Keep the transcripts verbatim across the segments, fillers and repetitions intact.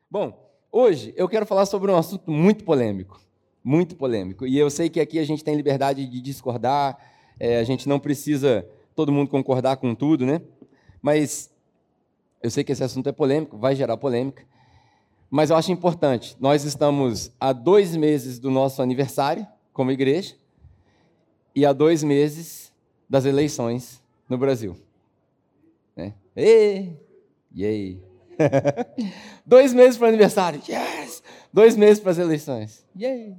Bom, hoje eu quero falar sobre um assunto muito polêmico, muito polêmico. E eu sei que aqui a gente tem liberdade de discordar, é, a gente não precisa todo mundo concordar com tudo, né? Mas eu sei que esse assunto é polêmico, vai gerar polêmica, mas eu acho importante. Nós estamos há dois meses do nosso aniversário como igreja e há dois meses das eleições no Brasil. Né? E, e aí? Dois meses para o aniversário, yes! Dois meses para as eleições, yay!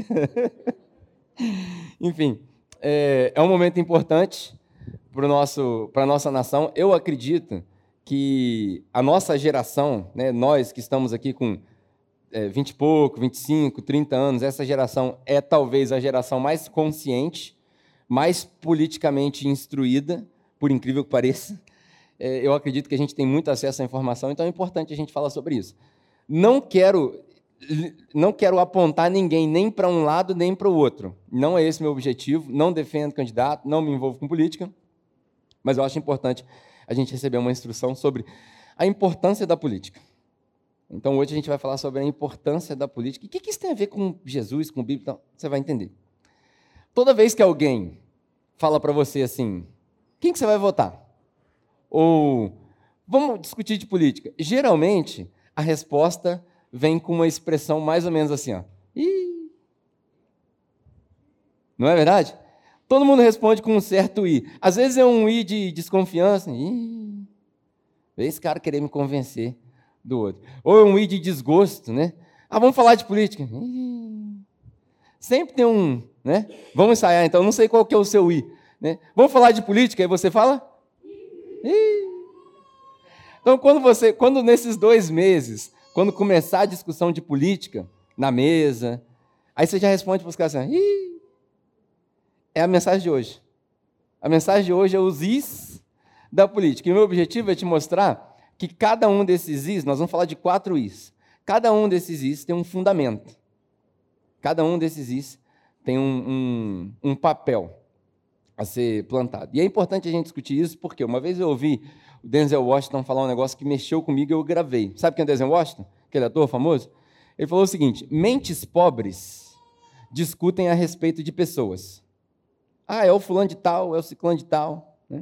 Enfim, é, é um momento importante para nosso, para a nossa nação. Eu acredito que a nossa geração, né, nós que estamos aqui com é, vinte e pouco, vinte e cinco, trinta anos, essa geração é talvez a geração mais consciente, mais politicamente instruída, por incrível que pareça. É, eu acredito que a gente tem muito acesso à informação, então é importante a gente falar sobre isso. Não quero, não quero apontar ninguém nem para um lado nem para o outro. Não é esse meu objetivo, não defendo candidato, não me envolvo com política, mas eu acho importante a gente receber uma instrução sobre a importância da política. Então, hoje a gente vai falar sobre a importância da política. E o que isso tem a ver com Jesus, com a Bíblia? Então, você vai entender. Toda vez que alguém fala para você assim, quem que você vai votar? Ou, vamos discutir de política. Geralmente, a resposta vem com uma expressão mais ou menos assim, ó. Ih. Não é verdade? Todo mundo responde com um certo i. Às vezes é um i de desconfiança. Ih, esse cara querer me convencer do outro. Ou é um i de desgosto, né? Ah, vamos falar de política. Ih. Sempre tem um, né? Vamos ensaiar, então. Não sei qual que é o seu i. Né? Vamos falar de política, aí você fala? Ih. Então, quando você, quando nesses dois meses, quando começar a discussão de política na mesa, aí você já responde para os caras assim, ih. É a mensagem de hoje. A mensagem de hoje é os is da política. E o meu objetivo é te mostrar que cada um desses is, nós vamos falar de quatro is, cada um desses is tem um fundamento. Cada um desses is tem um, um, um papel a ser plantado. E é importante a gente discutir isso, porque uma vez eu ouvi o Denzel Washington falar um negócio que mexeu comigo e eu gravei. Sabe quem é o Denzel Washington? Aquele ator famoso? Ele falou o seguinte, mentes pobres discutem a respeito de pessoas. Ah, é o fulano de tal, é o ciclano de tal. Né?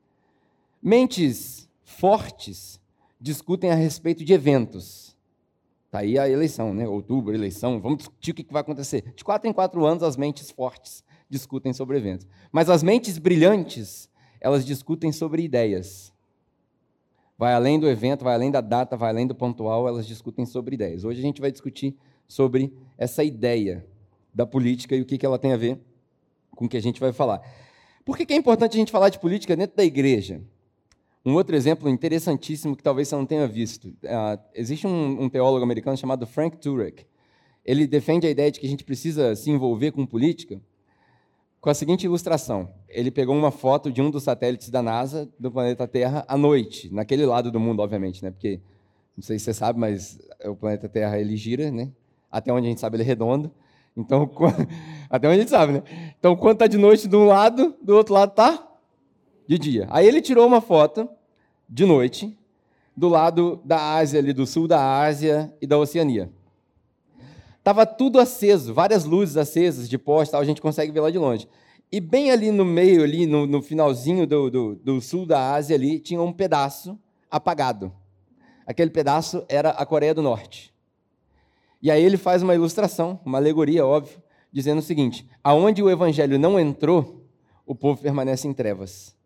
Mentes fortes discutem a respeito de eventos. Está aí a eleição, né? Outubro, eleição, vamos discutir o que vai acontecer. De quatro em quatro anos, as mentes fortes discutem sobre eventos. Mas as mentes brilhantes, elas discutem sobre ideias. Vai além do evento, vai além da data, vai além do pontual, elas discutem sobre ideias. Hoje a gente vai discutir sobre essa ideia da política e o que ela tem a ver com o que a gente vai falar. Por que é importante a gente falar de política dentro da igreja? Um outro exemplo interessantíssimo que talvez você não tenha visto. Uh, existe um, um teólogo americano chamado Frank Turek. Ele defende a ideia de que a gente precisa se envolver com política com a seguinte ilustração. Ele pegou uma foto de um dos satélites da NASA do planeta Terra à noite, naquele lado do mundo, obviamente, né? Porque, não sei se você sabe, mas o planeta Terra ele gira, né? Até onde a gente sabe ele é redondo. Então, até onde a gente sabe, né? Então, quando está de noite de um lado, do outro lado está de dia. Aí ele tirou uma foto de noite do lado da Ásia, ali do sul da Ásia e da Oceania. Estava tudo aceso, várias luzes acesas de postes, a gente consegue ver lá de longe. E bem ali no meio, ali no, no finalzinho do, do, do sul da Ásia, ali, tinha um pedaço apagado. Aquele pedaço era a Coreia do Norte. E aí ele faz uma ilustração, uma alegoria, óbvio, dizendo o seguinte, aonde o evangelho não entrou, o povo permanece em trevas.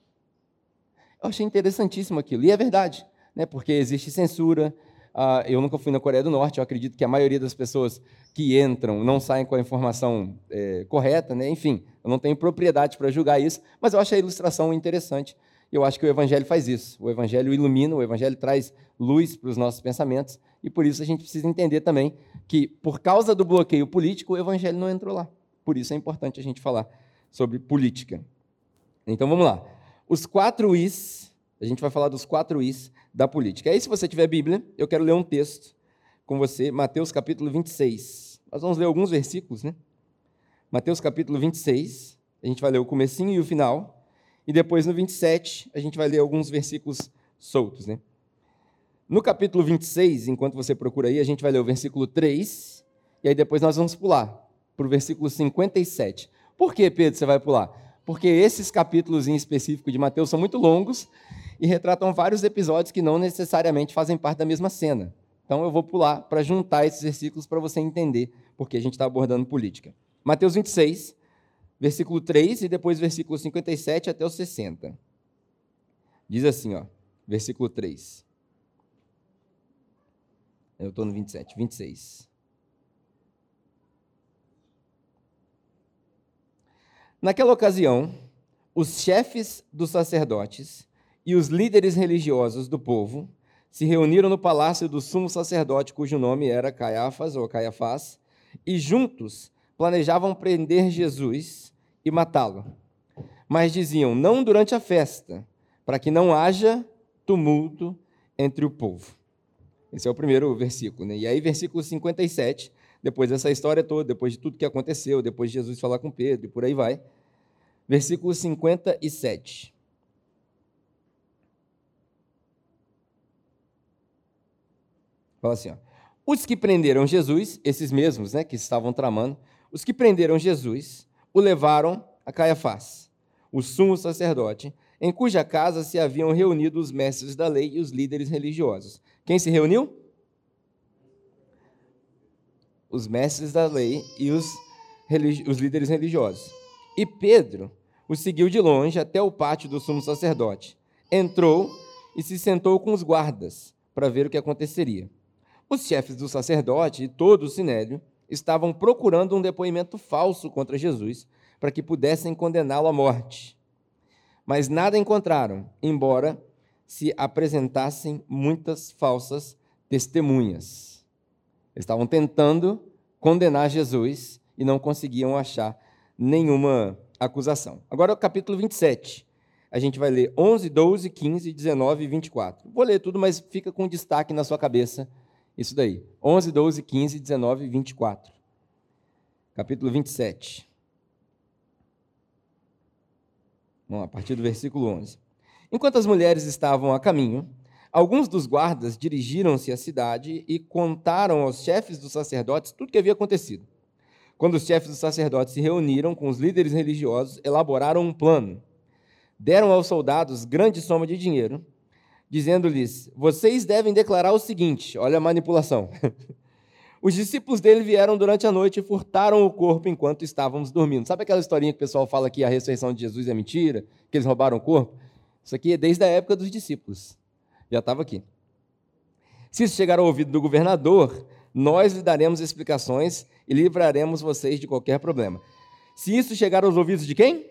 Eu achei interessantíssimo aquilo, e é verdade, né? Porque existe censura, uh, eu nunca fui na Coreia do Norte, eu acredito que a maioria das pessoas que entram não saem com a informação é, correta, né? Enfim, eu não tenho propriedade para julgar isso, mas eu achei a ilustração interessante, eu acho que o evangelho faz isso, o evangelho ilumina, o evangelho traz luz para os nossos pensamentos, e por isso a gente precisa entender também que, por causa do bloqueio político, o evangelho não entrou lá. Por isso é importante a gente falar sobre política. Então, vamos lá. Os quatro is, a gente vai falar dos quatro is da política. Aí, se você tiver Bíblia, eu quero ler um texto com você, Mateus capítulo vinte e seis. Nós vamos ler alguns versículos, né? Mateus capítulo vinte e seis, a gente vai ler o comecinho e o final, e depois no vinte e sete, a gente vai ler alguns versículos soltos, né? No capítulo vinte e seis, enquanto você procura aí, a gente vai ler o versículo três, e aí depois nós vamos pular para o versículo cinquenta e sete. Por que, Pedro, você vai pular? Porque esses capítulos em específico de Mateus são muito longos e retratam vários episódios que não necessariamente fazem parte da mesma cena. Então eu vou pular para juntar esses versículos para você entender porque a gente está abordando política. Mateus vinte e seis, versículo três, e depois versículo cinquenta e sete até o sessenta. Diz assim, ó, versículo três. Eu estou no vinte e sete, vinte e seis. Naquela ocasião, os chefes dos sacerdotes e os líderes religiosos do povo se reuniram no palácio do sumo sacerdote, cujo nome era Caiafas, ou Caiafás, e juntos planejavam prender Jesus e matá-lo. Mas diziam, não durante a festa, para que não haja tumulto entre o povo. Esse é o primeiro versículo, né? E aí, versículo cinquenta e sete, depois dessa história toda, depois de tudo que aconteceu, depois de Jesus falar com Pedro, e por aí vai. Versículo cinquenta e sete. Fala assim, ó. Os que prenderam Jesus, esses mesmos, né, que estavam tramando, os que prenderam Jesus, o levaram a Caiafás, o sumo sacerdote, em cuja casa se haviam reunido os mestres da lei e os líderes religiosos. Quem se reuniu? Os mestres da lei e os, religi- os líderes religiosos. E Pedro o seguiu de longe até o pátio do sumo sacerdote. Entrou e se sentou com os guardas para ver o que aconteceria. Os chefes do sacerdote e todo o sinédrio estavam procurando um depoimento falso contra Jesus para que pudessem condená-lo à morte. Mas nada encontraram, embora se apresentassem muitas falsas testemunhas. Eles estavam tentando condenar Jesus e não conseguiam achar nenhuma acusação. Agora, o capítulo vinte e sete. A gente vai ler onze, doze, quinze, dezenove e vinte e quatro. Vou ler tudo, mas fica com destaque na sua cabeça isso daí. onze, doze, quinze, dezenove e vinte e quatro. Capítulo vinte e sete. Vamos lá, a partir do versículo onze. Enquanto as mulheres estavam a caminho, alguns dos guardas dirigiram-se à cidade e contaram aos chefes dos sacerdotes tudo o que havia acontecido. Quando os chefes dos sacerdotes se reuniram com os líderes religiosos, elaboraram um plano. Deram aos soldados grande soma de dinheiro, dizendo-lhes, vocês devem declarar o seguinte, olha a manipulação. Os discípulos dele vieram durante a noite e furtaram o corpo enquanto estávamos dormindo. Sabe aquela historinha que o pessoal fala que a ressurreição de Jesus é mentira, que eles roubaram o corpo? Isso aqui é desde a época dos discípulos. Já estava aqui. Se isso chegar ao ouvido do governador, nós lhe daremos explicações e livraremos vocês de qualquer problema. Se isso chegar aos ouvidos de quem?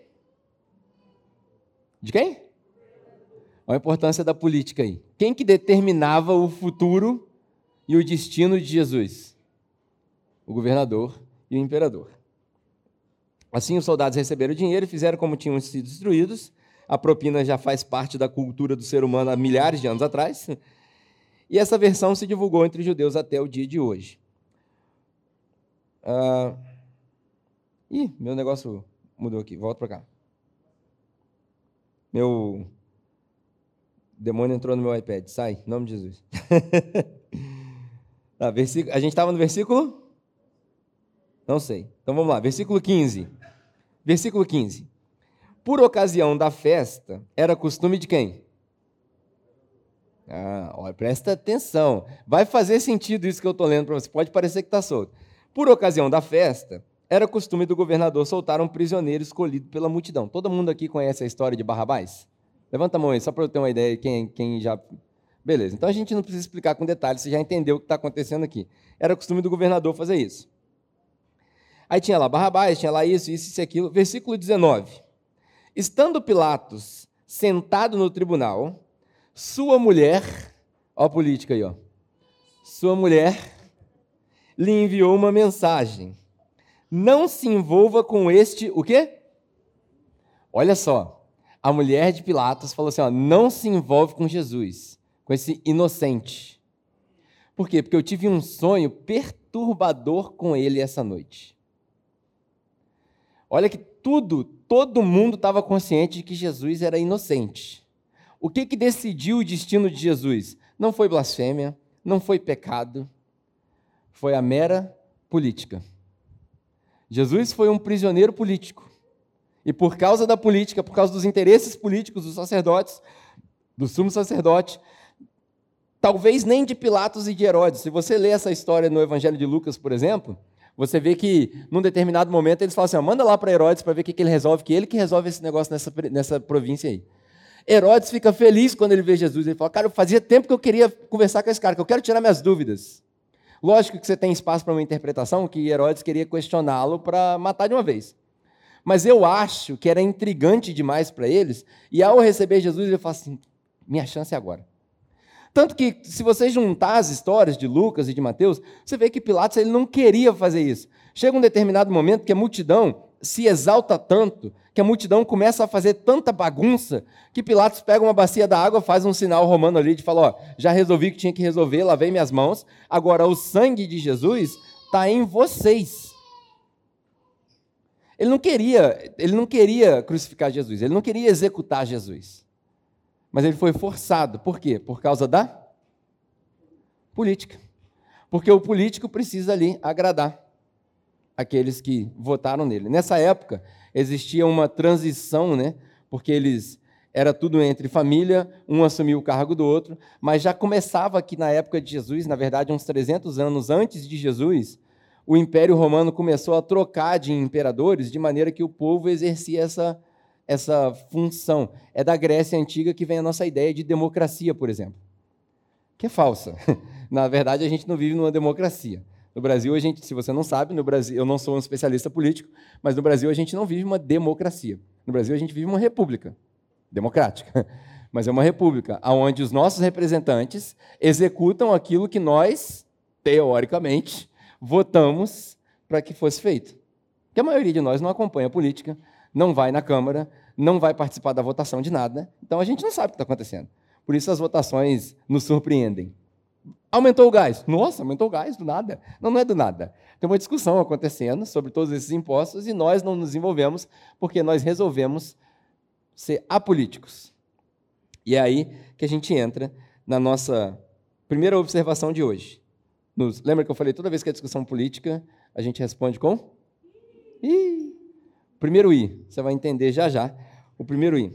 De quem? Olha a importância da política aí. Quem que determinava o futuro e o destino de Jesus? O governador e o imperador. Assim, os soldados receberam o dinheiro e fizeram como tinham sido instruídos. A propina já faz parte da cultura do ser humano há milhares de anos atrás. E essa versão se divulgou entre os judeus até o dia de hoje. Ah... Ih, meu negócio mudou aqui. Volta para cá. Meu demônio entrou no meu iPad. Sai, em nome de Jesus. Tá, versículo... A gente estava no versículo? Não sei. Então vamos lá. Versículo quinze. Versículo quinze. Por ocasião da festa, era costume de quem? Ah, olha, presta atenção. Vai fazer sentido isso que eu estou lendo para você. Pode parecer que está solto. Por ocasião da festa, era costume do governador soltar um prisioneiro escolhido pela multidão. Todo mundo aqui conhece a história de Barrabás? Levanta a mão aí, só para eu ter uma ideia de quem, quem já... Beleza, então a gente não precisa explicar com detalhes, você já entendeu o que está acontecendo aqui. Era costume do governador fazer isso. Aí tinha lá Barrabás, tinha lá isso, isso e aquilo. Versículo dezenove. Estando Pilatos sentado no tribunal, sua mulher, ó a política aí, ó, sua mulher lhe enviou uma mensagem. Não se envolva com este, o quê? Olha só, a mulher de Pilatos falou assim, ó, não se envolve com Jesus, com esse inocente. Por quê? Porque eu tive um sonho perturbador com ele essa noite. Olha que tudo, todo mundo estava consciente de que Jesus era inocente. O que que decidiu o destino de Jesus? não foi blasfêmia, não foi pecado, foi a mera política. Jesus foi um prisioneiro político. E por causa da política, por causa dos interesses políticos dos sacerdotes, do sumo sacerdote, talvez nem de Pilatos e de Herodes. Se você lê essa história no Evangelho de Lucas, por exemplo, você vê que, num determinado momento, eles falam assim, ó, manda lá para Herodes para ver o que, que ele resolve, que ele que resolve esse negócio nessa, nessa província aí. Herodes fica feliz quando ele vê Jesus. Ele fala, cara, fazia tempo que eu queria conversar com esse cara, que eu quero tirar minhas dúvidas. Lógico que você tem espaço para uma interpretação, que Herodes queria questioná-lo para matar de uma vez. Mas eu acho que era intrigante demais para eles, e ao receber Jesus, ele fala assim, minha chance é agora. Tanto que, se você juntar as histórias de Lucas e de Mateus, você vê que Pilatos ele não queria fazer isso. Chega um determinado momento que a multidão se exalta tanto, que a multidão começa a fazer tanta bagunça, que Pilatos pega uma bacia da água, faz um sinal romano ali, de falar, ó, já resolvi o que tinha que resolver, lavei minhas mãos, agora o sangue de Jesus está em vocês. Ele não queria, ele não queria crucificar Jesus, ele não queria executar Jesus. Mas ele foi forçado. Por quê? Por causa da política. Porque o político precisa ali agradar aqueles que votaram nele. Nessa época, existia uma transição, né? Porque eles era tudo entre família, um assumiu o cargo do outro, mas já começava aqui na época de Jesus, na verdade, uns trezentos anos antes de Jesus, o Império Romano começou a trocar de imperadores de maneira que o povo exercia essa essa função. É da Grécia Antiga que vem a nossa ideia de democracia, por exemplo, que é falsa. Na verdade, a gente não vive numa democracia. No Brasil, a gente, se você não sabe, no Brasil, eu não sou um especialista político, mas no Brasil a gente não vive uma democracia. No Brasil a gente vive uma república democrática, mas é uma república onde os nossos representantes executam aquilo que nós, teoricamente, votamos para que fosse feito. Porque a maioria de nós não acompanha a política, não vai na Câmara, não vai participar da votação de nada, então a gente não sabe o que está acontecendo. Por isso as votações nos surpreendem. Aumentou o gás. Nossa, aumentou o gás do nada. Não, não é do nada. Tem uma discussão acontecendo sobre todos esses impostos e nós não nos envolvemos porque nós resolvemos ser apolíticos. E é aí que a gente entra na nossa primeira observação de hoje. Nos, lembra que eu falei, toda vez que é discussão política, a gente responde com? Ih! Primeiro I, você vai entender já já. O primeiro I.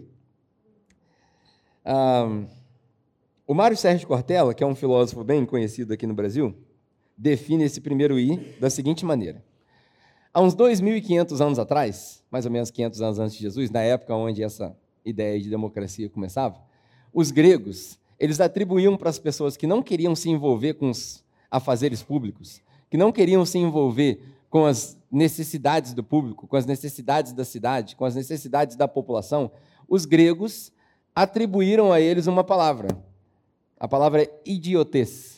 Ah, o Mário Sérgio Cortella, que é um filósofo bem conhecido aqui no Brasil, define esse primeiro I da seguinte maneira. Há uns dois mil e quinhentos anos atrás, mais ou menos quinhentos anos antes de Jesus, na época onde essa ideia de democracia começava, os gregos, eles atribuíam para as pessoas que não queriam se envolver com os afazeres públicos, que não queriam se envolver com as necessidades do público, com as necessidades da cidade, com as necessidades da população, os gregos atribuíram a eles uma palavra. A palavra é idiotez.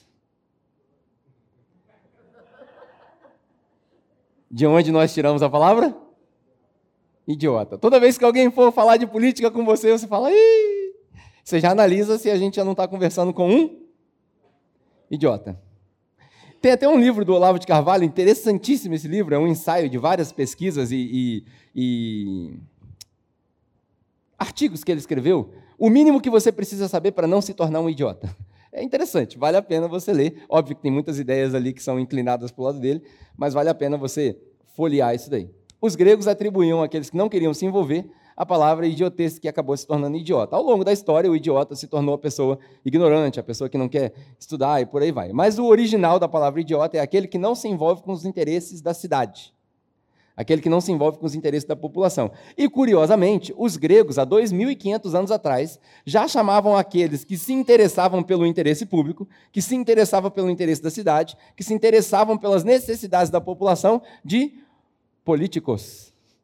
De onde nós tiramos a palavra? Idiota. Toda vez que alguém for falar de política com você, você fala, ih! Você já analisa se a gente já não está conversando com um idiota. Tem até um livro do Olavo de Carvalho, interessantíssimo esse livro, é um ensaio de várias pesquisas e, e, e artigos que ele escreveu. O mínimo que você precisa saber para não se tornar um idiota. É interessante, vale a pena você ler. Óbvio que tem muitas ideias ali que são inclinadas para o lado dele, mas vale a pena você folhear isso daí. Os gregos atribuíam àqueles que não queriam se envolver a palavra idiotez, que acabou se tornando idiota. Ao longo da história, o idiota se tornou a pessoa ignorante, a pessoa que não quer estudar e por aí vai. Mas o original da palavra idiota é aquele que não se envolve com os interesses da cidade, aquele que não se envolve com os interesses da população. E, curiosamente, os gregos, há dois mil e quinhentos anos atrás, já chamavam aqueles que se interessavam pelo interesse público, que se interessavam pelo interesse da cidade, que se interessavam pelas necessidades da população, de políticos.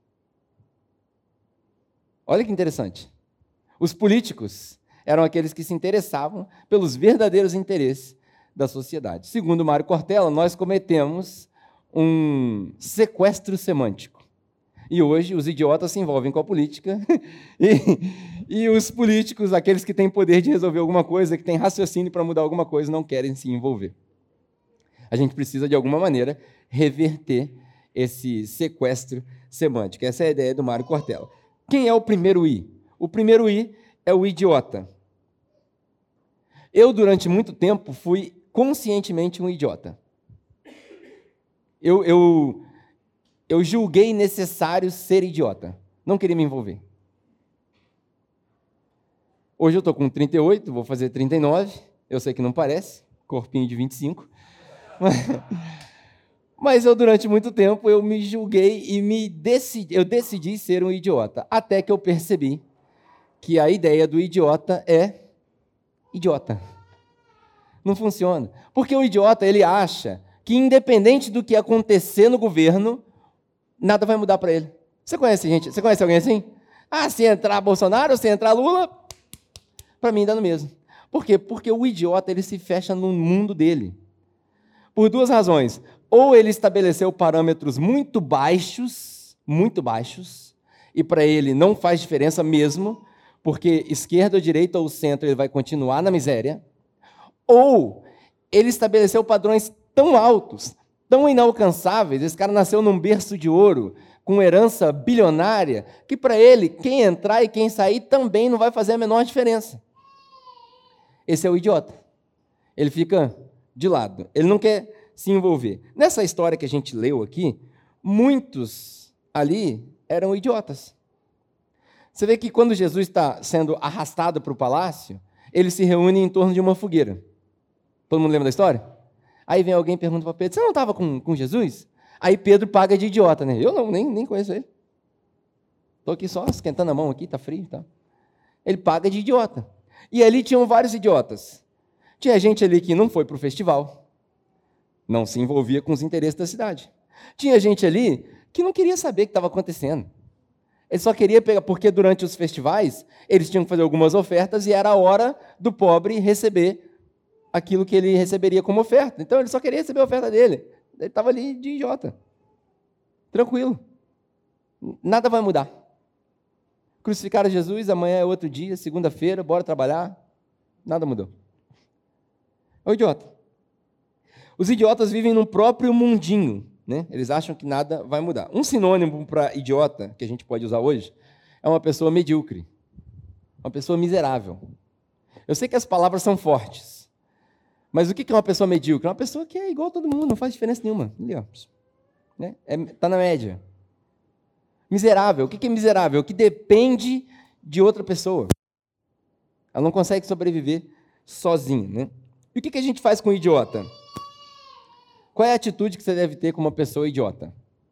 Olha que interessante. Os políticos eram aqueles que se interessavam pelos verdadeiros interesses da sociedade. Segundo Mário Cortella, nós cometemos um sequestro semântico. E hoje os idiotas se envolvem com a política e, e os políticos, aqueles que têm poder de resolver alguma coisa, que têm raciocínio para mudar alguma coisa, não querem se envolver. A gente precisa, de alguma maneira, reverter esse sequestro semântico. Essa é a ideia do Mário Cortella. Quem é o primeiro I? O primeiro I é o idiota. Eu, durante muito tempo, fui conscientemente um idiota. Eu, eu, eu julguei necessário ser idiota. Não queria me envolver. Hoje eu estou com trinta e oito, vou fazer trinta e nove. Eu sei que não parece, corpinho de vinte e cinco. Mas eu, durante muito tempo, eu me julguei e me decidi, eu decidi ser um idiota. Até que eu percebi que a ideia do idiota é idiota. Não funciona. Porque o idiota, ele acha que, independente do que acontecer no governo, nada vai mudar para ele. Você conhece gente? Você conhece alguém assim? Ah, se entrar Bolsonaro, se entrar Lula, para mim dá no mesmo. Por quê? Porque o idiota, ele se fecha no mundo dele. Por duas razões. Ou ele estabeleceu parâmetros muito baixos, muito baixos, e para ele não faz diferença mesmo, porque esquerda ou direita ou centro ele vai continuar na miséria. Ou ele estabeleceu padrões tão altos, tão inalcançáveis, esse cara nasceu num berço de ouro, com herança bilionária, que para ele, quem entrar e quem sair também não vai fazer a menor diferença. Esse é o idiota. Ele fica de lado, ele não quer se envolver. Nessa história que a gente leu aqui, muitos ali eram idiotas. Você vê que quando Jesus está sendo arrastado para o palácio, eles se reúnem em torno de uma fogueira. Todo mundo lembra da história? Aí vem alguém e pergunta para Pedro, você não estava com, com Jesus? Aí Pedro paga de idiota, né? Eu não, nem, nem conheço ele. Estou aqui só esquentando a mão aqui, está frio e tal. Ele paga de idiota. E ali tinham vários idiotas. Tinha gente ali que não foi para o festival, não se envolvia com os interesses da cidade. Tinha gente ali que não queria saber o que estava acontecendo. Ele só queria pegar, porque durante os festivais, eles tinham que fazer algumas ofertas e era a hora do pobre receber aquilo que ele receberia como oferta. Então, ele só queria receber a oferta dele. Ele estava ali de idiota. Tranquilo. Nada vai mudar. Crucificaram Jesus, amanhã é outro dia, segunda-feira, bora trabalhar. Nada mudou. É o idiota. Os idiotas vivem num próprio mundinho, né? Eles acham que nada vai mudar. Um sinônimo para idiota, que a gente pode usar hoje, é uma pessoa medíocre, uma pessoa miserável. Eu sei que as palavras são fortes, mas o que é uma pessoa medíocre? É uma pessoa que é igual a todo mundo, não faz diferença nenhuma. Ali, ó. Né? É, tá na média. Miserável. O que é miserável? O que depende de outra pessoa. Ela não consegue sobreviver sozinha, né? E o que a gente faz com o idiota? Qual é a atitude que você deve ter com uma pessoa idiota?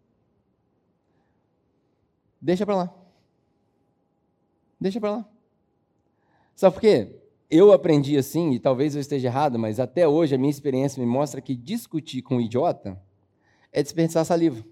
Deixa para lá. Deixa para lá. Sabe por quê? Eu aprendi assim, e talvez eu esteja errado, mas até hoje a minha experiência me mostra que discutir com um idiota é desperdiçar saliva.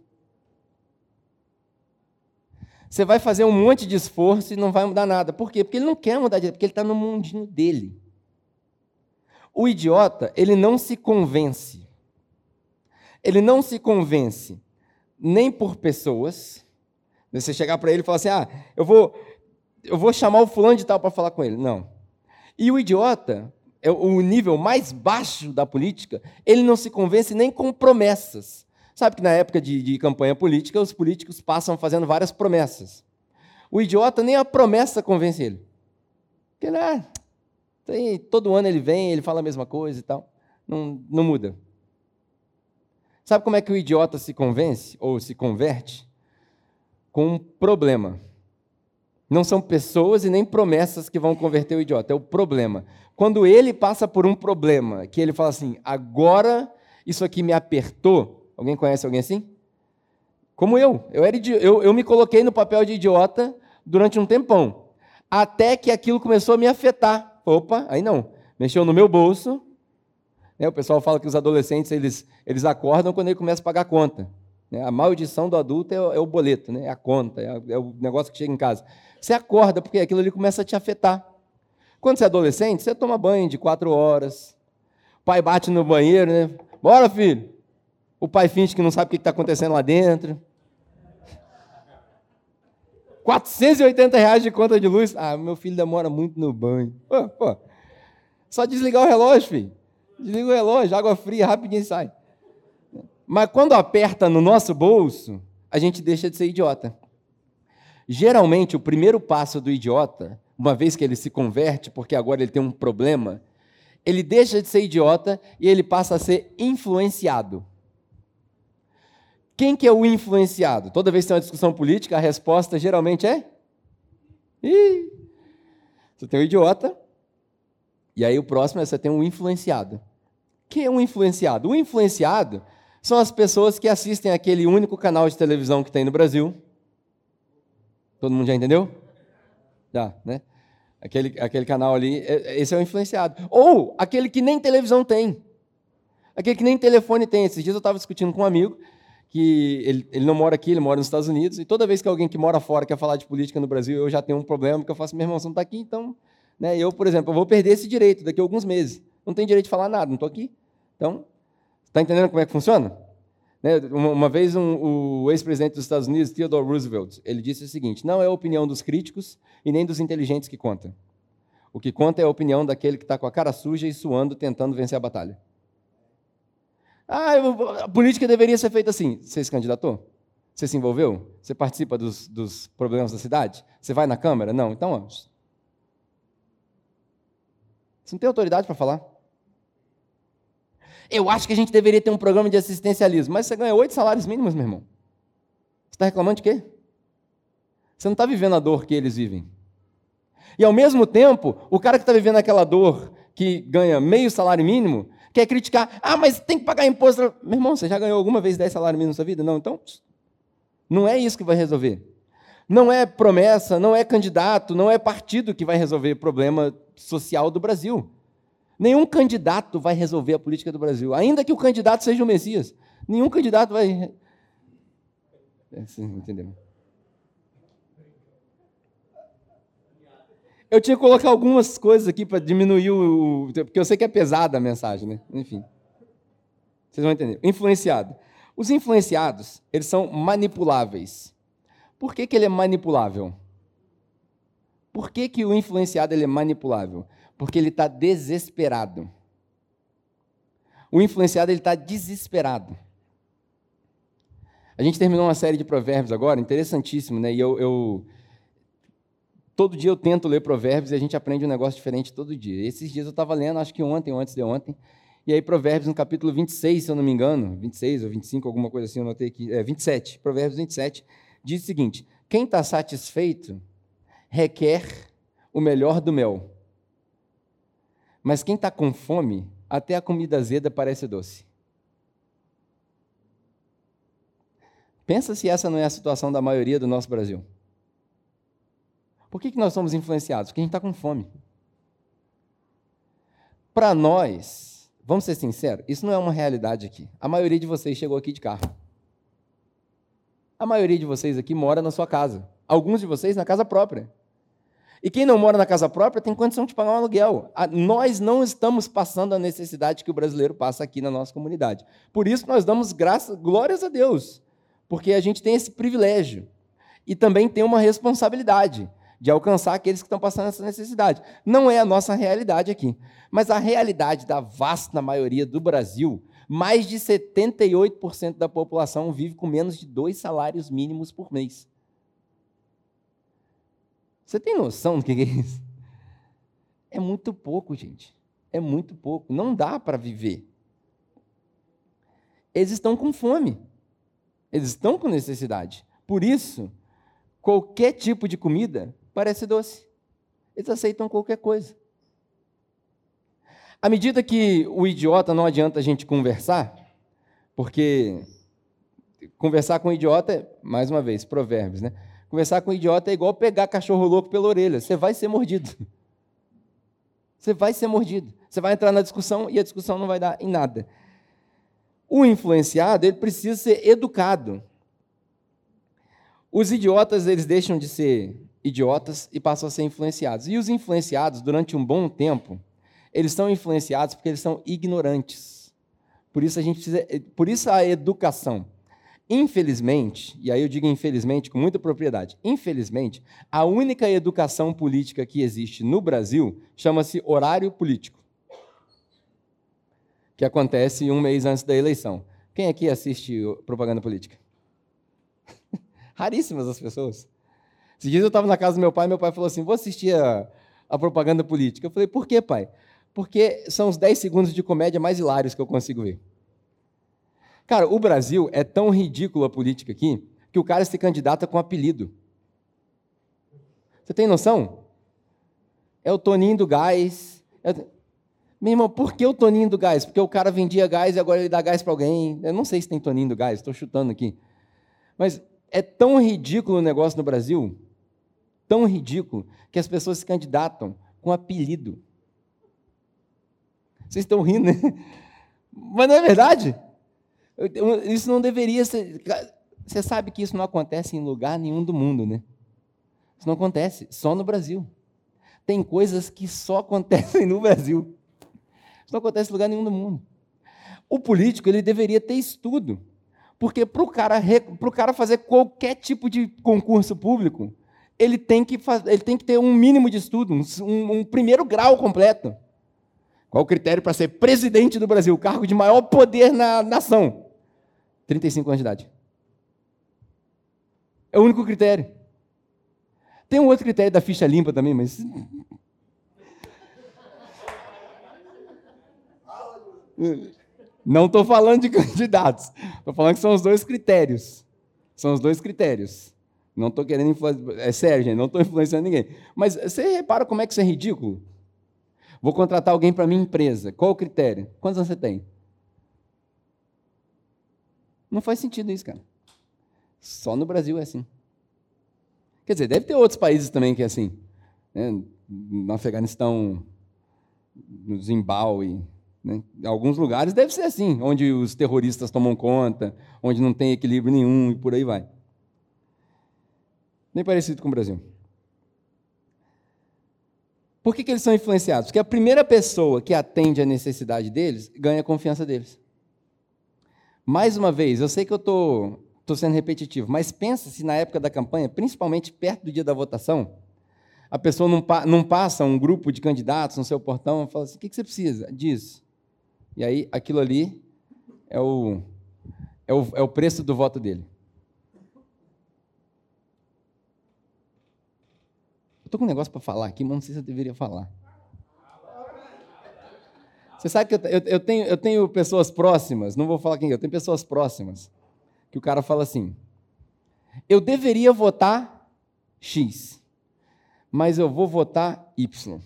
Você vai fazer um monte de esforço e não vai mudar nada. Por quê? Porque ele não quer mudar de jeito, porque ele está no mundinho dele. O idiota, ele não se convence. Ele não se convence nem por pessoas. Você chegar para ele e falar assim, ah, eu vou, eu vou chamar o fulano de tal para falar com ele. Não. E o idiota, é o nível mais baixo da política, ele não se convence nem com promessas. Sabe que na época de, de campanha política, os políticos passam fazendo várias promessas. O idiota, nem a promessa convence ele. Porque, né, tem, todo ano ele vem, ele fala a mesma coisa e tal. Não, não muda. Sabe como é que o idiota se convence ou se converte? Com um problema. Não são pessoas e nem promessas que vão converter o idiota, é o problema. Quando ele passa por um problema, que ele fala assim, agora isso aqui me apertou. Alguém conhece alguém assim? Como eu. Eu, era idi- eu, eu me coloquei no papel de idiota durante um tempão. Até que aquilo começou a me afetar. Opa, aí não. Mexeu no meu bolso. Né? O pessoal fala que os adolescentes eles, eles acordam quando ele começa a pagar a conta. Né? A maldição do adulto é o, é o boleto, né? É a conta, é, a, é o negócio que chega em casa. Você acorda porque aquilo ali começa a te afetar. Quando você é adolescente, você toma banho de quatro horas. O pai bate no banheiro, né? Bora, filho. O pai finge que não sabe o que está acontecendo lá dentro. quatrocentos e oitenta reais de conta de luz. Ah, meu filho demora muito no banho. Pô, pô. Só desligar o relógio, filho. Desliga o relógio, água fria, rapidinho sai. Mas quando aperta no nosso bolso, a gente deixa de ser idiota. Geralmente, o primeiro passo do idiota, uma vez que ele se converte, porque agora ele tem um problema, Ele deixa de ser idiota e ele passa a ser influenciado. Quem que é o influenciado? Toda vez que tem uma discussão política, a resposta geralmente é... Ih, você tem um idiota, e aí o próximo é você tem um influenciado. Quem é um influenciado? O influenciado são as pessoas que assistem aquele único canal de televisão que tem no Brasil. Todo mundo já entendeu? Já, né? Aquele, aquele canal ali, esse é o influenciado. Ou aquele que nem televisão tem. Aquele que nem telefone tem. Esses dias eu estava discutindo com um amigo, que ele, ele não mora aqui, ele mora nos Estados Unidos, e toda vez que alguém que mora fora quer falar de política no Brasil, eu já tenho um problema, porque eu faço, meu irmão, você não está aqui, então... Né, eu, por exemplo, eu vou perder esse direito daqui a alguns meses. Não tenho direito de falar nada, não estou aqui. Então, está entendendo como é que funciona? Né, uma, uma vez um, o ex-presidente dos Estados Unidos, Theodore Roosevelt, ele disse o seguinte: não é a opinião dos críticos e nem dos inteligentes que conta. O que conta é a opinião daquele que está com a cara suja e suando, tentando vencer a batalha. Ah, a política deveria ser feita assim. Você se candidatou? Você se envolveu? Você participa dos, dos problemas da cidade? Você vai na Câmara? Não. Então, ó, você não tem autoridade para falar. Eu acho que a gente deveria ter um programa de assistencialismo, mas você ganha oito salários mínimos, meu irmão. Você está reclamando de quê? Você não está vivendo a dor que eles vivem. E, ao mesmo tempo, o cara que está vivendo aquela dor, que ganha meio salário mínimo, quer criticar, ah, mas tem que pagar imposto. Meu irmão, você já ganhou alguma vez dez salários mínimos na sua vida? Não, então, não é isso que vai resolver. Não é promessa, não é candidato, não é partido que vai resolver o problema social do Brasil. Nenhum candidato vai resolver a política do Brasil, ainda que o candidato seja o Messias. Nenhum candidato vai... É, sim, entendeu? Eu tinha que colocar algumas coisas aqui para diminuir o... Porque eu sei que é pesada a mensagem, né? Enfim. Vocês vão entender. Influenciado. Os influenciados, eles são manipuláveis. Por que que ele é manipulável? Por que que o influenciado ele é manipulável? Porque ele está desesperado. O influenciado ele está desesperado. A gente terminou uma série de provérbios agora, interessantíssimo, né? E eu, eu todo dia eu tento ler provérbios e a gente aprende um negócio diferente todo dia. Esses dias eu estava lendo, acho que ontem ou antes de ontem, e aí provérbios no capítulo vinte e seis, se eu não me engano, vinte e seis ou vinte e cinco, alguma coisa assim, eu notei aqui, é vinte e sete, provérbios vinte e sete, diz o seguinte: quem está satisfeito requer o melhor do mel. Mas quem está com fome, até a comida azeda parece doce. Pensa se essa não é a situação da maioria do nosso Brasil. Por que que nós somos influenciados? Porque a gente está com fome. Para nós, vamos ser sinceros, isso não é uma realidade aqui. A maioria de vocês chegou aqui de carro. A maioria de vocês aqui mora na sua casa. Alguns de vocês na casa própria. E quem não mora na casa própria tem condição de pagar um aluguel. Nós não estamos passando a necessidade que o brasileiro passa aqui na nossa comunidade. Por isso nós damos graças, glórias a Deus, porque a gente tem esse privilégio. E também tem uma responsabilidade de alcançar aqueles que estão passando essa necessidade. Não é a nossa realidade aqui, mas a realidade da vasta maioria do Brasil, mais de setenta e oito por cento da população vive com menos de dois salários mínimos por mês. Você tem noção do que é isso? É muito pouco, gente. É muito pouco. Não dá para viver. Eles estão com fome. Eles estão com necessidade. Por isso, qualquer tipo de comida parece doce. Eles aceitam qualquer coisa. À medida que o idiota, não adianta a gente conversar, porque conversar com o idiota é, mais uma vez, provérbios, né? Conversar com o idiota é igual pegar cachorro louco pela orelha. Você vai ser mordido. Você vai ser mordido. Você vai entrar na discussão e a discussão não vai dar em nada. O influenciado, ele precisa ser educado. Os idiotas, eles deixam de ser idiotas e passam a ser influenciados. E os influenciados, durante um bom tempo, eles são influenciados porque eles são ignorantes. Por isso a gente precisa, por isso a educação. Infelizmente, e aí eu digo infelizmente com muita propriedade, infelizmente, a única educação política que existe no Brasil chama-se horário político, que acontece um mês antes da eleição. Quem aqui assiste propaganda política? Raríssimas as pessoas. Esses dias eu estava na casa do meu pai e meu pai falou assim, vou assistir a, a propaganda política. Eu falei, por quê, pai? Porque são os dez segundos de comédia mais hilários que eu consigo ver. Cara, o Brasil é tão ridículo a política aqui, que o cara se candidata com apelido. Você tem noção? É o Toninho do Gás. É... Meu irmão, por que o Toninho do Gás? Porque o cara vendia gás e agora ele dá gás para alguém. Eu não sei se tem Toninho do Gás, estou chutando aqui. Mas é tão ridículo o negócio no Brasil, tão ridículo, que as pessoas se candidatam com apelido. Vocês estão rindo, né? Mas não é verdade? Isso não deveria ser... Você sabe que isso não acontece em lugar nenhum do mundo, né? Isso não acontece, só no Brasil. Tem coisas que só acontecem no Brasil. Isso não acontece em lugar nenhum do mundo. O político, ele deveria ter estudo, porque para o cara, pro cara fazer qualquer tipo de concurso público, ele tem que, faz, ele tem que ter um mínimo de estudo, um, um primeiro grau completo. Qual o critério para ser presidente do Brasil, o cargo de maior poder na nação? trinta e cinco anos de idade. É o único critério. Tem um outro critério da ficha limpa também, mas... Não estou falando de candidatos. Estou falando que são os dois critérios. São os dois critérios. Não estou querendo influenciar... É sério, gente, não estou influenciando ninguém. Mas você repara como é que isso é ridículo? Vou contratar alguém para a minha empresa. Qual o critério? Quantos anos você tem? Não faz sentido isso, cara. Só no Brasil é assim. Quer dizer, deve ter outros países também que é assim. Né? No Afeganistão, no Zimbábue, né? Em alguns lugares deve ser assim, onde os terroristas tomam conta, onde não tem equilíbrio nenhum e por aí vai. Bem parecido com o Brasil. Por que que eles são influenciados? Porque a primeira pessoa que atende à necessidade deles ganha a confiança deles. Mais uma vez, eu sei que eu estou tô, tô sendo repetitivo, mas pensa se na época da campanha, principalmente perto do dia da votação, a pessoa não, pa, não passa um grupo de candidatos no seu portão e fala assim, o que, que você precisa? Diz. E aí, aquilo ali é o, é o, é o preço do voto dele. Eu estou com um negócio para falar aqui, mas não sei se eu deveria falar. Você sabe que eu, eu, eu, tenho, eu tenho pessoas próximas, não vou falar quem é, eu tenho pessoas próximas, que o cara fala assim, eu deveria votar X, mas eu vou votar Y.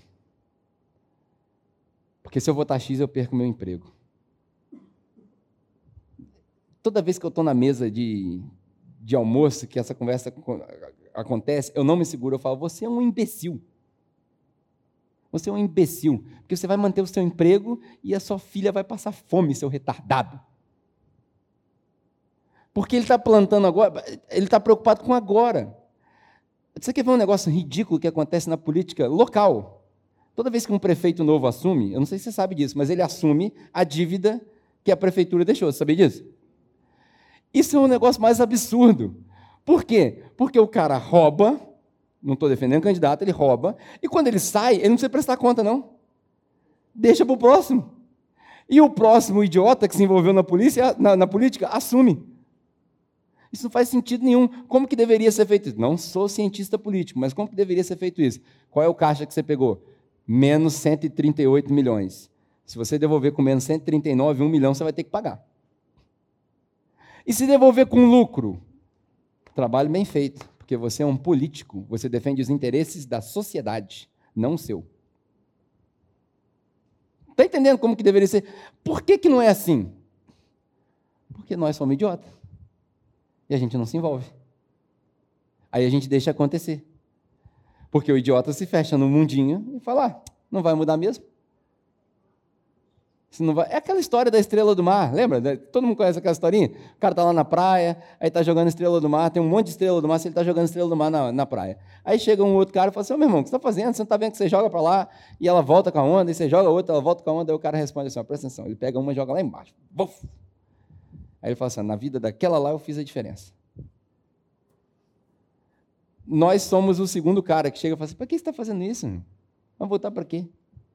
Porque se eu votar X, eu perco meu emprego. Toda vez que eu estou na mesa de, de almoço, que essa conversa acontece, eu não me seguro, eu falo, você é um imbecil. Você é um imbecil, porque você vai manter o seu emprego e a sua filha vai passar fome, seu retardado. Porque ele está plantando agora, ele está preocupado com agora. Você quer ver um negócio ridículo que acontece na política local? Toda vez que um prefeito novo assume, eu não sei se você sabe disso, mas ele assume a dívida que a prefeitura deixou. Você sabia disso? Isso é um negócio mais absurdo. Por quê? Porque o cara rouba, não estou defendendo o candidato, ele rouba, e quando ele sai, ele não precisa prestar conta, não. Deixa para o próximo. E o próximo idiota que se envolveu na, polícia, na, na política assume. Isso não faz sentido nenhum. Como que deveria ser feito isso? Não sou cientista político, mas como que deveria ser feito isso? Qual é o caixa que você pegou? Menos cento e trinta e oito milhões. Se você devolver com menos cento e trinta e nove, um milhão você vai ter que pagar. E se devolver com lucro? Trabalho bem feito, porque você é um político, você defende os interesses da sociedade, não o seu. Está entendendo como que deveria ser? Por que que não é assim? Porque nós somos idiotas. E a gente não se envolve. Aí a gente deixa acontecer. Porque o idiota se fecha no mundinho e fala, ah, não vai mudar mesmo? Se não vai... É aquela história da estrela do mar, lembra? Todo mundo conhece aquela historinha? O cara está lá na praia, aí está jogando estrela do mar, tem um monte de estrela do mar, se ele está jogando estrela do mar na, na praia. Aí chega um outro cara e fala assim, ô meu irmão, o que você está fazendo? Você não está vendo que você joga para lá e ela volta com a onda, e você joga outra, ela volta com a onda, aí o cara responde assim, ó, presta atenção, ele pega uma e joga lá embaixo. Buf! Aí ele fala assim, na vida daquela lá eu fiz a diferença. Nós somos o segundo cara que chega e fala assim, para que você está fazendo isso? Vamos voltar para quê?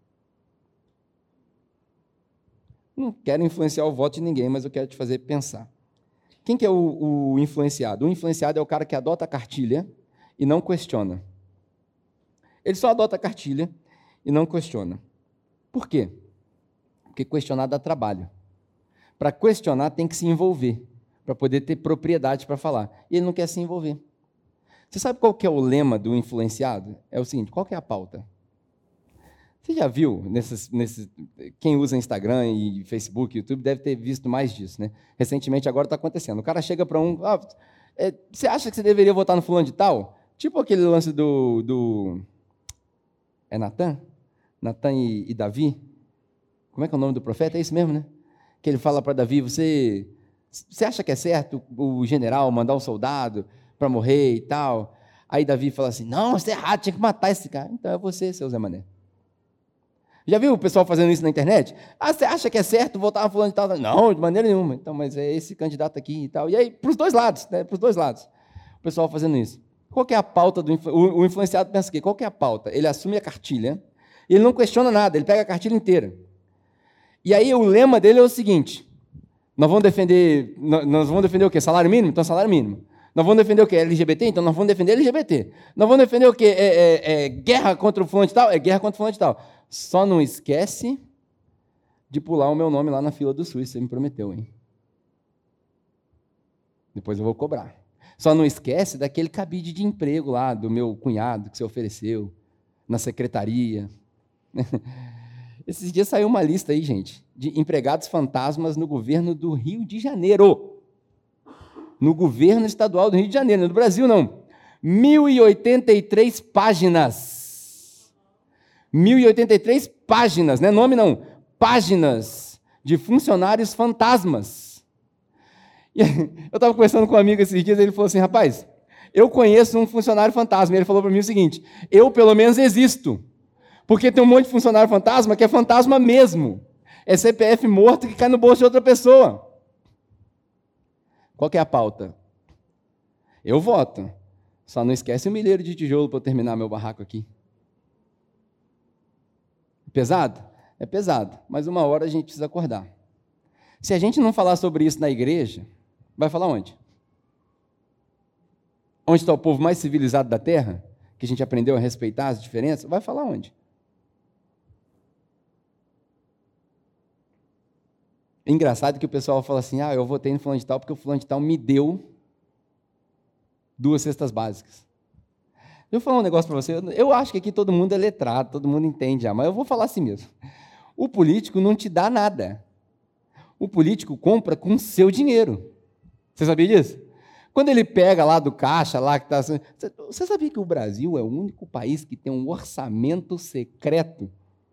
Não quero influenciar o voto de ninguém, mas eu quero te fazer pensar. Quem que é o, o influenciado? O influenciado é o cara que adota a cartilha e não questiona. Ele só adota a cartilha e não questiona. Por quê? Porque questionar dá trabalho. Para questionar tem que se envolver, para poder ter propriedade para falar. E ele não quer se envolver. Você sabe qual que é o lema do influenciado? É o seguinte, qual que é a pauta? Você já viu, nesses, nesses, quem usa Instagram e Facebook, YouTube, deve ter visto mais disso, né? Recentemente, agora está acontecendo. O cara chega para um, ah, é, você acha que você deveria votar no fulano de tal? Tipo aquele lance do, do é Natan? Natan e, e Davi? Como é que é o nome do profeta? É isso mesmo, né? Que ele fala para Davi, você, você acha que é certo o general mandar um soldado para morrer e tal? Aí Davi fala assim, não, isso é errado, tinha que matar esse cara. Então é você, seu Zé Mané. Já viu o pessoal fazendo isso na internet? Ah, você acha que é certo votar fulano e tal? Não, de maneira nenhuma. Então, mas é esse candidato aqui e tal. E aí, para os dois lados, né? Para os dois lados. O pessoal fazendo isso. Qual que é a pauta do influ... o influenciado pensa aqui, qual que é a pauta? Ele assume a cartilha, e ele não questiona nada, ele pega a cartilha inteira. E aí o lema dele é o seguinte: nós vamos defender, nós vamos defender o quê? Salário mínimo? Então salário mínimo. Nós vamos defender o quê? L G B T? Então nós vamos defender L G B T. Nós vamos defender o quê? É, é, é guerra contra o fulano de tal? É guerra contra o fulano de tal. Só não esquece de pular o meu nome lá na fila do SUS, você me prometeu, hein? Depois eu vou cobrar. Só não esquece daquele cabide de emprego lá, do meu cunhado, que você ofereceu, na secretaria. Esses dias saiu uma lista aí, gente, de empregados fantasmas no governo do Rio de Janeiro. No governo estadual do Rio de Janeiro, não do Brasil, não. mil e oitenta e três páginas. mil e oitenta e três páginas, não é nome não, páginas de funcionários fantasmas. E eu estava conversando com um amigo esses dias, ele falou assim, rapaz, eu conheço um funcionário fantasma, e ele falou para mim o seguinte, eu pelo menos existo, porque tem um monte de funcionário fantasma que é fantasma mesmo, é C P F morto que cai no bolso de outra pessoa. Qual que é a pauta? Eu voto, só não esquece o milheiro de tijolo para eu terminar meu barraco aqui. Pesado? É pesado, mas uma hora a gente precisa acordar. Se a gente não falar sobre isso na igreja, vai falar onde? Onde está o povo mais civilizado da terra, que a gente aprendeu a respeitar as diferenças, vai falar onde? É engraçado que o pessoal fala assim, ah, eu votei no fulano de tal porque o fulano de tal me deu duas cestas básicas. Deixa eu falar um negócio para você, eu acho que aqui todo mundo é letrado, todo mundo entende já, mas eu vou falar assim mesmo. O político não te dá nada. O político compra com seu dinheiro. Você sabia disso? Quando ele pega lá do caixa, lá que está... Você sabia que o Brasil é o único país que tem um orçamento secreto?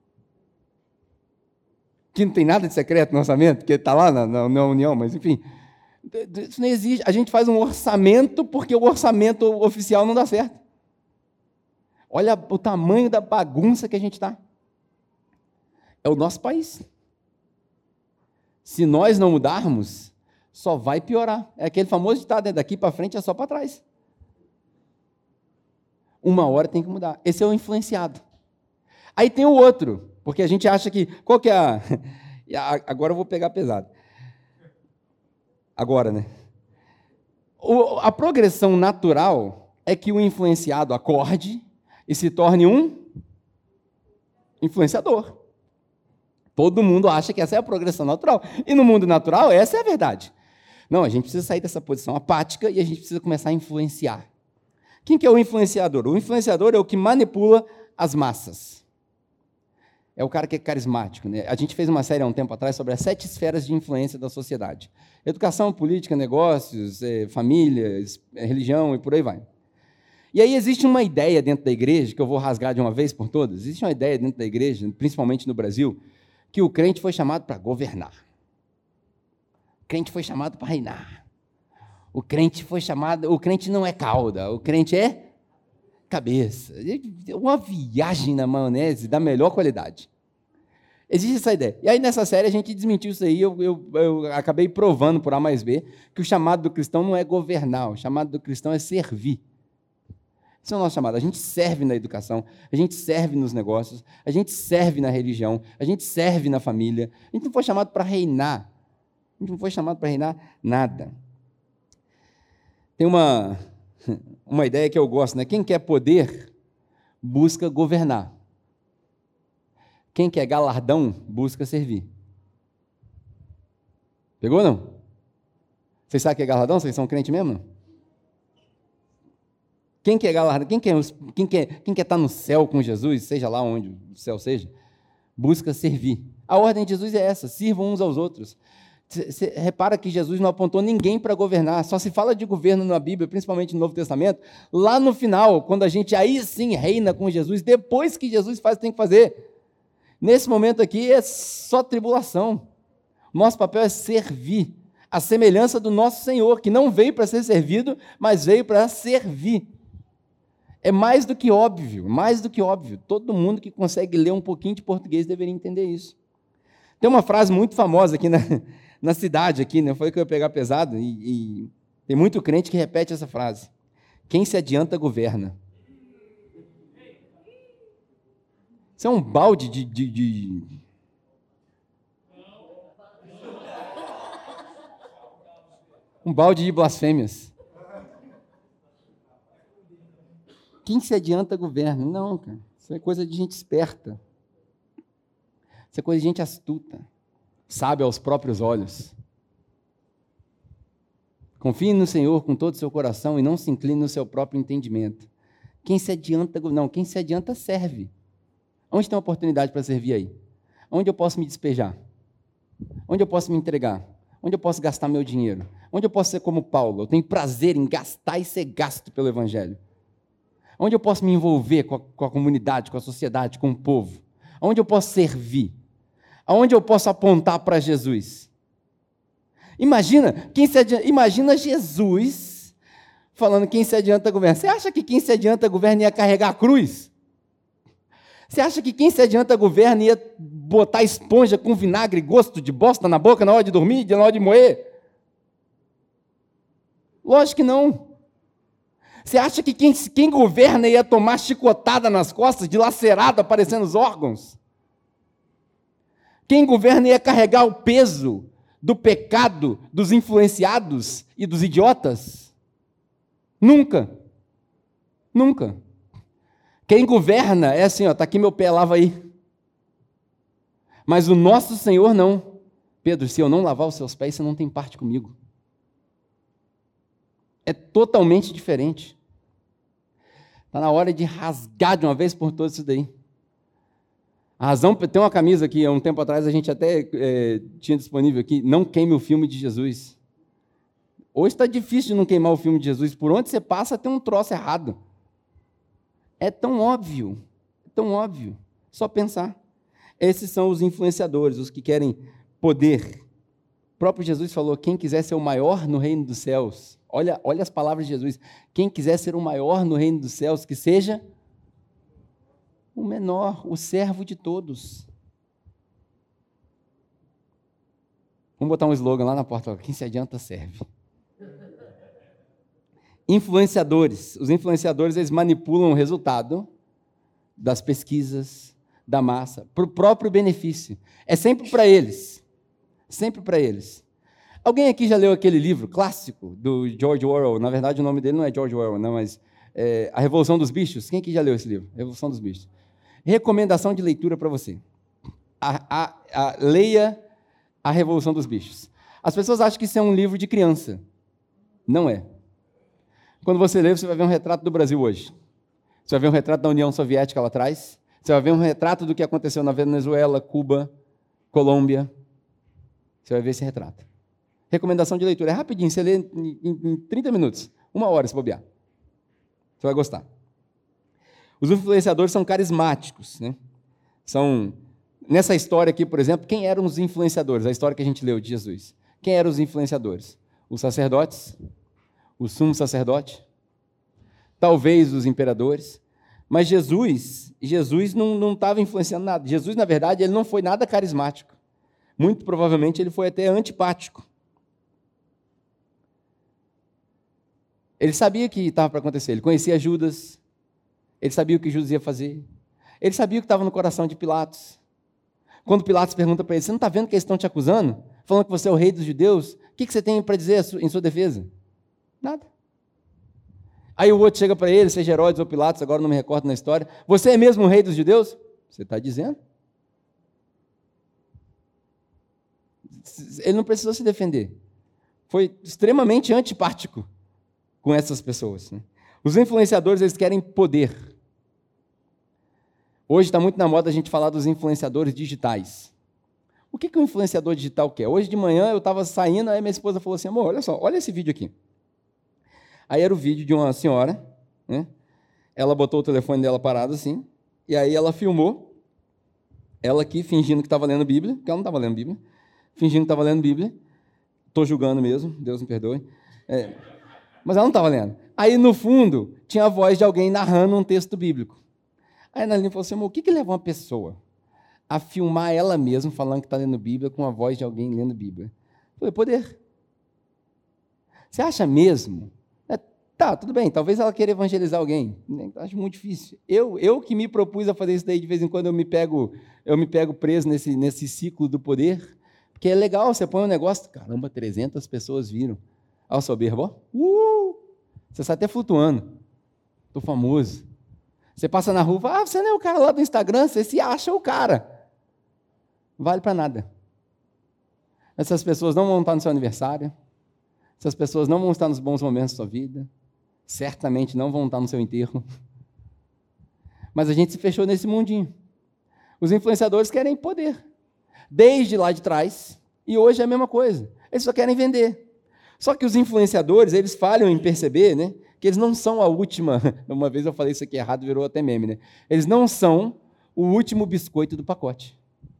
Que não tem nada de secreto no orçamento, porque está lá na, na, na União, mas enfim. Isso não existe. A gente faz um orçamento porque o orçamento oficial não dá certo. Olha o tamanho da bagunça que a gente está. É o nosso país. Se nós não mudarmos, só vai piorar. É aquele famoso ditado, né? Daqui para frente é só para trás. Uma hora tem que mudar. Esse é o influenciado. Aí tem o outro, porque a gente acha que... Qual que é a... Agora eu vou pegar pesado. Agora, né? O, a progressão natural é que o influenciado acorde e se torne um influenciador. Todo mundo acha que essa é a progressão natural. E no mundo natural, essa é a verdade. Não, a gente precisa sair dessa posição apática e a gente precisa começar a influenciar. Quem que é o influenciador? O influenciador é o que manipula as massas. É o cara que é carismático, né? A gente fez uma série há um tempo atrás sobre as sete esferas de influência da sociedade. Educação, política, negócios, é, família, é, religião e por aí vai. E aí existe uma ideia dentro da igreja, que eu vou rasgar de uma vez por todas, existe uma ideia dentro da igreja, principalmente no Brasil, que o crente foi chamado para governar. O crente foi chamado para reinar. O crente foi chamado... O crente não é cauda, o crente é cabeça. Uma viagem na maionese da melhor qualidade. Existe essa ideia. E aí nessa série a gente desmentiu isso aí, eu, eu, eu acabei provando por A mais B que o chamado do cristão não é governar, o chamado do cristão é servir. Esse é o nosso chamado. A gente serve na educação, a gente serve nos negócios, a gente serve na religião, a gente serve na família. A gente não foi chamado para reinar. A gente não foi chamado para reinar nada. Tem uma, uma ideia que eu gosto, né? Quem quer poder, busca governar. Quem quer galardão, busca servir. Pegou ou não? Vocês sabem o que é galardão? Vocês são crente mesmo? Não? Quem quer galardão? Quem quer, quem, quer, quem quer estar no céu com Jesus, seja lá onde o céu seja, busca servir. A ordem de Jesus é essa, sirvam uns aos outros. Você repara que Jesus não apontou ninguém para governar, só se fala de governo na Bíblia, principalmente no Novo Testamento, lá no final, quando a gente aí sim reina com Jesus, depois que Jesus faz o que tem que fazer. Nesse momento aqui é só tribulação. Nosso papel é servir, a semelhança do nosso Senhor, que não veio para ser servido, mas veio para servir. É mais do que óbvio, mais do que óbvio. Todo mundo que consegue ler um pouquinho de português deveria entender isso. Tem uma frase muito famosa aqui na, na cidade, aqui, né? Foi que eu ia pegar pesado, e, e tem muito crente que repete essa frase. Quem se adianta, governa. Isso é um balde de... de, de... um balde de blasfêmias. Quem se adianta, governa. Não, cara. Isso é coisa de gente esperta. Isso é coisa de gente astuta. Sabe aos próprios olhos. Confie no Senhor com todo o seu coração e não se incline no seu próprio entendimento. Quem se adianta, não, quem se adianta serve. Onde tem uma oportunidade para servir aí? Onde eu posso me despejar? Onde eu posso me entregar? Onde eu posso gastar meu dinheiro? Onde eu posso ser como Paulo? Eu tenho prazer em gastar e ser gasto pelo Evangelho. Onde eu posso me envolver com a, com a comunidade, com a sociedade, com o povo? Onde eu posso servir? Aonde eu posso apontar para Jesus? Imagina, quem se adianta, imagina Jesus falando quem se adianta governa. Você acha que quem se adianta governa ia carregar a cruz? Você acha que quem se adianta governa ia botar esponja com vinagre, gosto de bosta na boca na hora de dormir, na hora de moer? Lógico que não. Você acha que quem, quem governa ia tomar chicotada nas costas, dilacerado, aparecendo os órgãos? Quem governa ia carregar o peso do pecado dos influenciados e dos idiotas? Nunca. Nunca. Quem governa é assim, ó, tá aqui meu pé, lava aí. Mas o nosso Senhor não. Pedro, se eu não lavar os seus pés, você não tem parte comigo. É totalmente diferente. Está na hora de rasgar de uma vez por todas isso daí. A razão, tem uma camisa aqui, há um tempo atrás a gente até é, tinha disponível aqui, não queime o filme de Jesus. Hoje está difícil de não queimar o filme de Jesus, por onde você passa tem um troço errado. É tão óbvio, é tão óbvio, só pensar. Esses são os influenciadores, os que querem poder. O próprio Jesus falou, quem quiser ser o maior no reino dos céus, olha, olha as palavras de Jesus, quem quiser ser o maior no reino dos céus, que seja o menor, o servo de todos. Vamos botar um slogan lá na porta, quem se adianta serve. Influenciadores, os influenciadores eles manipulam o resultado das pesquisas, da massa, para o próprio benefício. É sempre para eles, sempre para eles. Alguém aqui já leu aquele livro clássico do George Orwell? Na verdade o nome dele não é George Orwell, não, mas é A Revolução dos Bichos. Quem aqui já leu esse livro? Revolução dos Bichos. Recomendação de leitura para você. A, a, a, leia A Revolução dos Bichos. As pessoas acham que isso é um livro de criança. Não é. Quando você lê, você vai ver um retrato do Brasil hoje. Você vai ver um retrato da União Soviética lá atrás. Você vai ver um retrato do que aconteceu na Venezuela, Cuba, Colômbia. Você vai ver esse retrato. Recomendação de leitura. É rapidinho, você lê em, em, em trinta minutos. Uma hora, se bobear. Você vai gostar. Os influenciadores são carismáticos, né? São, nessa história aqui, por exemplo, quem eram os influenciadores? A história que a gente leu de Jesus. Quem eram os influenciadores? Os sacerdotes, o sumo sacerdote, talvez os imperadores, mas Jesus, Jesus não estava influenciando nada. Jesus, na verdade, ele não foi nada carismático. Muito provavelmente ele foi até antipático. Ele sabia o que estava para acontecer, ele conhecia Judas, ele sabia o que Judas ia fazer, ele sabia o que estava no coração de Pilatos. Quando Pilatos pergunta para ele, você não está vendo que eles estão te acusando? Falando que você é o rei dos judeus? O que você tem para dizer em sua defesa? Nada. Aí o outro chega para ele, seja Herodes ou Pilatos, agora não me recordo na história, você é mesmo o rei dos judeus? Você está dizendo? ele não precisou se defender. Foi extremamente antipático com essas pessoas. Né? Os influenciadores, eles querem poder. Hoje está muito na moda a gente falar dos influenciadores digitais. O que, que um influenciador digital quer? Hoje de manhã eu estava saindo, aí minha esposa falou assim, amor, olha só, olha esse vídeo aqui. Aí era o vídeo de uma senhora, né? Ela botou o telefone dela parado assim, e aí ela filmou, ela aqui fingindo que estava lendo Bíblia, porque ela não estava lendo Bíblia, fingindo que estava lendo Bíblia, estou julgando mesmo, Deus me perdoe, é, mas ela não estava lendo. Aí no fundo tinha a voz de alguém narrando um texto bíblico. Aí a Naline falou assim, amor, o que, que leva uma pessoa a filmar ela mesma falando que está lendo Bíblia com a voz de alguém lendo Bíblia? Eu falei, poder. Você acha mesmo? É, tá, tudo bem, talvez ela queira evangelizar alguém. Acho muito difícil. Eu, eu que me propus a fazer isso daí, de vez em quando eu me pego, eu me pego preso nesse, nesse ciclo do poder, porque é legal, você põe um negócio, caramba, trezentas pessoas viram. Olha o soberbo, ó. Uh, você sai até flutuando. Estou famoso. Você passa na rua, ah, você não é o cara lá do Instagram, você se acha o cara. Não vale para nada. Essas pessoas não vão estar no seu aniversário, essas pessoas não vão estar nos bons momentos da sua vida, certamente não vão estar no seu enterro. Mas a gente se fechou nesse mundinho. Os influenciadores querem poder, desde lá de trás, e hoje é a mesma coisa. Eles só querem vender. Só que os influenciadores, eles falham em perceber, né, que eles não são a última, uma vez eu falei isso aqui errado, virou até meme, né? Eles não são o último biscoito do pacote.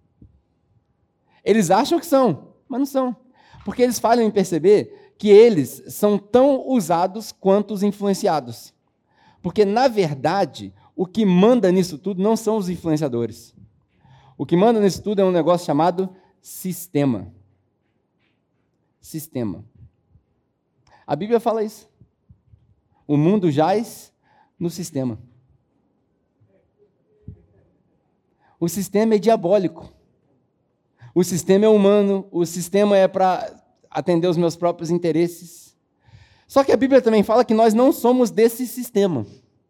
Eles acham que são, mas não são. Porque eles falham em perceber que eles são tão usados quanto os influenciados. Porque, na verdade, o que manda nisso tudo não são os influenciadores. O que manda nisso tudo é um negócio chamado sistema. Sistema. A Bíblia fala isso. O mundo jaz no sistema. O sistema é diabólico. O sistema é humano. O sistema é para atender os meus próprios interesses. Só que a Bíblia também fala que nós não somos desse sistema.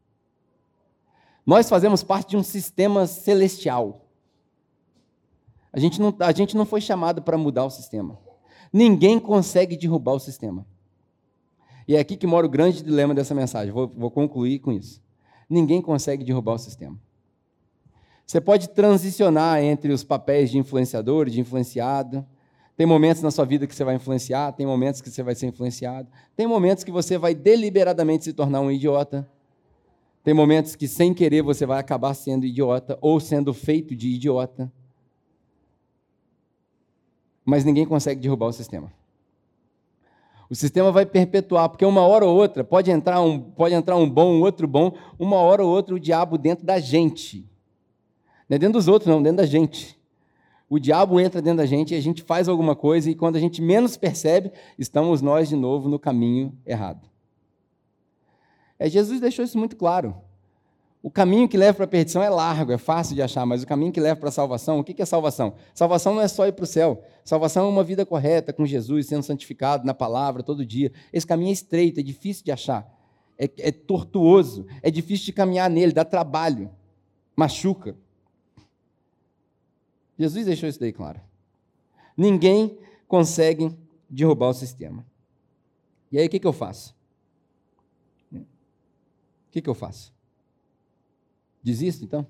Nós fazemos parte de um sistema celestial. A gente não, a gente não foi chamado para mudar o sistema. Ninguém consegue derrubar o sistema. E é aqui que mora o grande dilema dessa mensagem. Vou, vou concluir com isso. Ninguém consegue derrubar o sistema. Você pode transicionar entre os papéis de influenciador e de influenciado. Tem momentos na sua vida que você vai influenciar, tem momentos que você vai ser influenciado, tem momentos que você vai deliberadamente se tornar um idiota, tem momentos que, sem querer, você vai acabar sendo idiota ou sendo feito de idiota. Mas ninguém consegue derrubar o sistema. O sistema vai perpetuar, porque uma hora ou outra pode entrar um, pode entrar um bom, um outro bom, uma hora ou outra o diabo dentro da gente. Não é dentro dos outros, não, dentro da gente. O diabo entra dentro da gente e a gente faz alguma coisa e quando a gente menos percebe, estamos nós de novo no caminho errado. É, Jesus deixou isso muito claro. O caminho que leva para a perdição é largo, é fácil de achar, mas o caminho que leva para a salvação, o que é salvação? Salvação não é só ir para o céu. Salvação é uma vida correta com Jesus, sendo santificado na palavra todo dia. Esse caminho é estreito, é difícil de achar, é, é tortuoso, é difícil de caminhar nele, dá trabalho, machuca. Jesus deixou isso daí claro. Ninguém consegue derrubar o sistema. E aí, o que, que eu faço? O que, que eu faço? Desisto, então?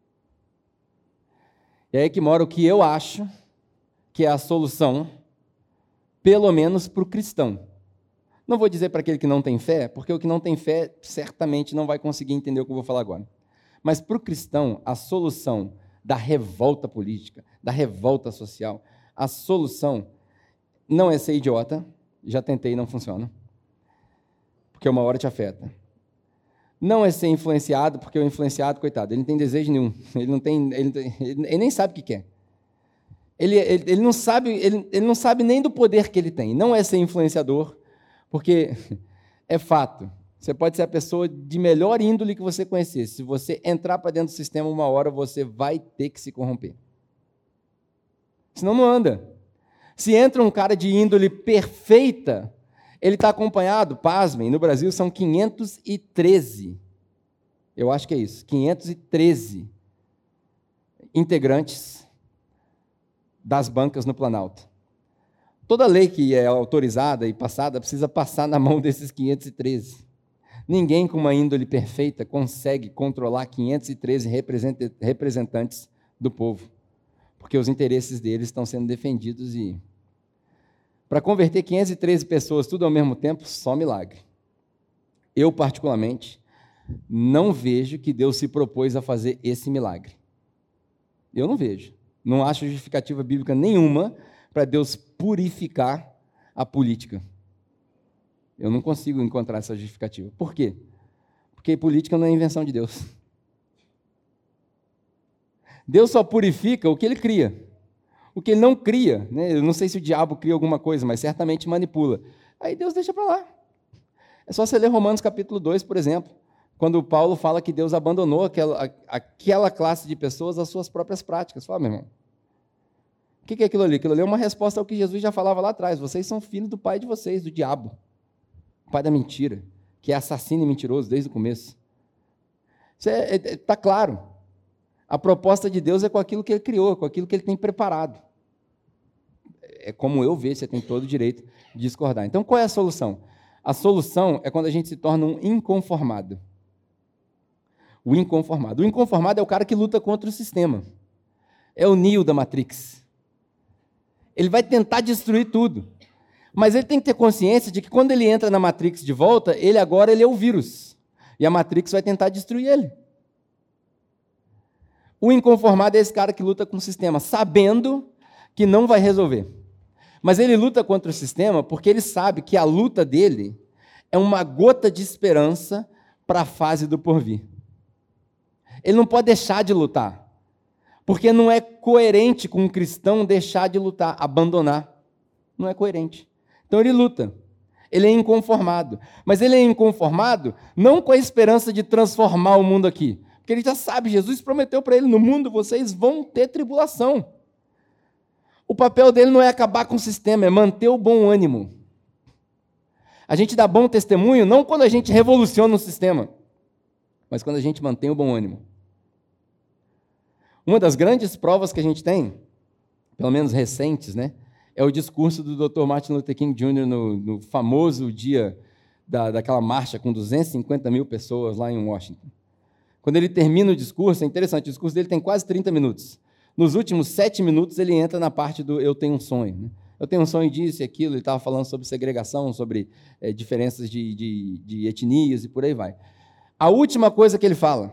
E aí que mora o que eu acho que é a solução, pelo menos para o cristão. Não vou dizer para aquele que não tem fé, porque o que não tem fé certamente não vai conseguir entender o que eu vou falar agora. Mas para o cristão, a solução da revolta política, da revolta social, a solução não é ser idiota, já tentei e não funciona, porque uma hora te afeta. Não é ser influenciado, porque o influenciado, coitado, ele não tem desejo nenhum, ele, não tem, ele, ele, ele nem sabe o que quer. Ele, ele, ele, não sabe, ele, ele não sabe nem do poder que ele tem. Não é ser influenciador, porque é fato. Você pode ser a pessoa de melhor índole que você conhecer. Se você entrar para dentro do sistema uma hora, você vai ter que se corromper. Senão não anda. Se entra um cara de índole perfeita, ele está acompanhado, pasmem, no Brasil são quinhentos e treze. Eu acho que é isso, quinhentos e treze integrantes das bancas no Planalto. Toda lei que é autorizada e passada precisa passar na mão desses quinhentos e treze. Ninguém com uma índole perfeita consegue controlar quinhentos e treze representantes do povo, porque os interesses deles estão sendo defendidos e... Para converter quinhentas e treze pessoas tudo ao mesmo tempo, só milagre. Eu, particularmente, não vejo que Deus se propôs a fazer esse milagre. Eu não vejo. Não acho justificativa bíblica nenhuma para Deus purificar a política. Eu não consigo encontrar essa justificativa. Por quê? Porque política não é invenção de Deus. Deus só purifica o que Ele cria. O que Ele não cria, né? Eu não sei se o diabo cria alguma coisa, mas certamente manipula. Aí Deus deixa para lá. É só você ler Romanos capítulo dois, por exemplo, quando Paulo fala que Deus abandonou aquela, aquela classe de pessoas às suas próprias práticas. Fala, meu irmão, o que é aquilo ali? Aquilo ali é uma resposta ao que Jesus já falava lá atrás. Vocês são filhos do pai de vocês, do diabo. O pai da mentira, que é assassino e mentiroso desde o começo. Isso está é, é, tá claro. A proposta de Deus é com aquilo que Ele criou, com aquilo que Ele tem preparado. É como eu vejo, você tem todo o direito de discordar. Então, qual é a solução? A solução é quando a gente se torna um inconformado. O inconformado. O inconformado é o cara que luta contra o sistema. É o Neo da Matrix. Ele vai tentar destruir tudo. Mas ele tem que ter consciência de que quando ele entra na Matrix de volta, ele agora ele é o vírus. E a Matrix vai tentar destruir ele. O inconformado é esse cara que luta com o sistema, sabendo que não vai resolver. Mas ele luta contra o sistema porque ele sabe que a luta dele é uma gota de esperança para a fase do porvir. Ele não pode deixar de lutar, porque não é coerente com um cristão deixar de lutar, abandonar. Não é coerente. Então ele luta, ele é inconformado. Mas ele é inconformado não com a esperança de transformar o mundo aqui, porque ele já sabe, Jesus prometeu para ele, no mundo vocês vão ter tribulação. O papel dele não é acabar com o sistema, é manter o bom ânimo. A gente dá bom testemunho não quando a gente revoluciona o sistema, mas quando a gente mantém o bom ânimo. Uma das grandes provas que a gente tem, pelo menos recentes, né, é o discurso do doutor Martin Luther King Júnior no, no famoso dia da, daquela marcha com duzentas e cinquenta mil pessoas lá em Washington. Quando ele termina o discurso, é interessante, o discurso dele tem quase trinta minutos. Nos últimos sete minutos, ele entra na parte do eu tenho um sonho. Né? Eu tenho um sonho disso e aquilo, ele estava falando sobre segregação, sobre é, diferenças de, de, de etnias e por aí vai. A última coisa que ele fala,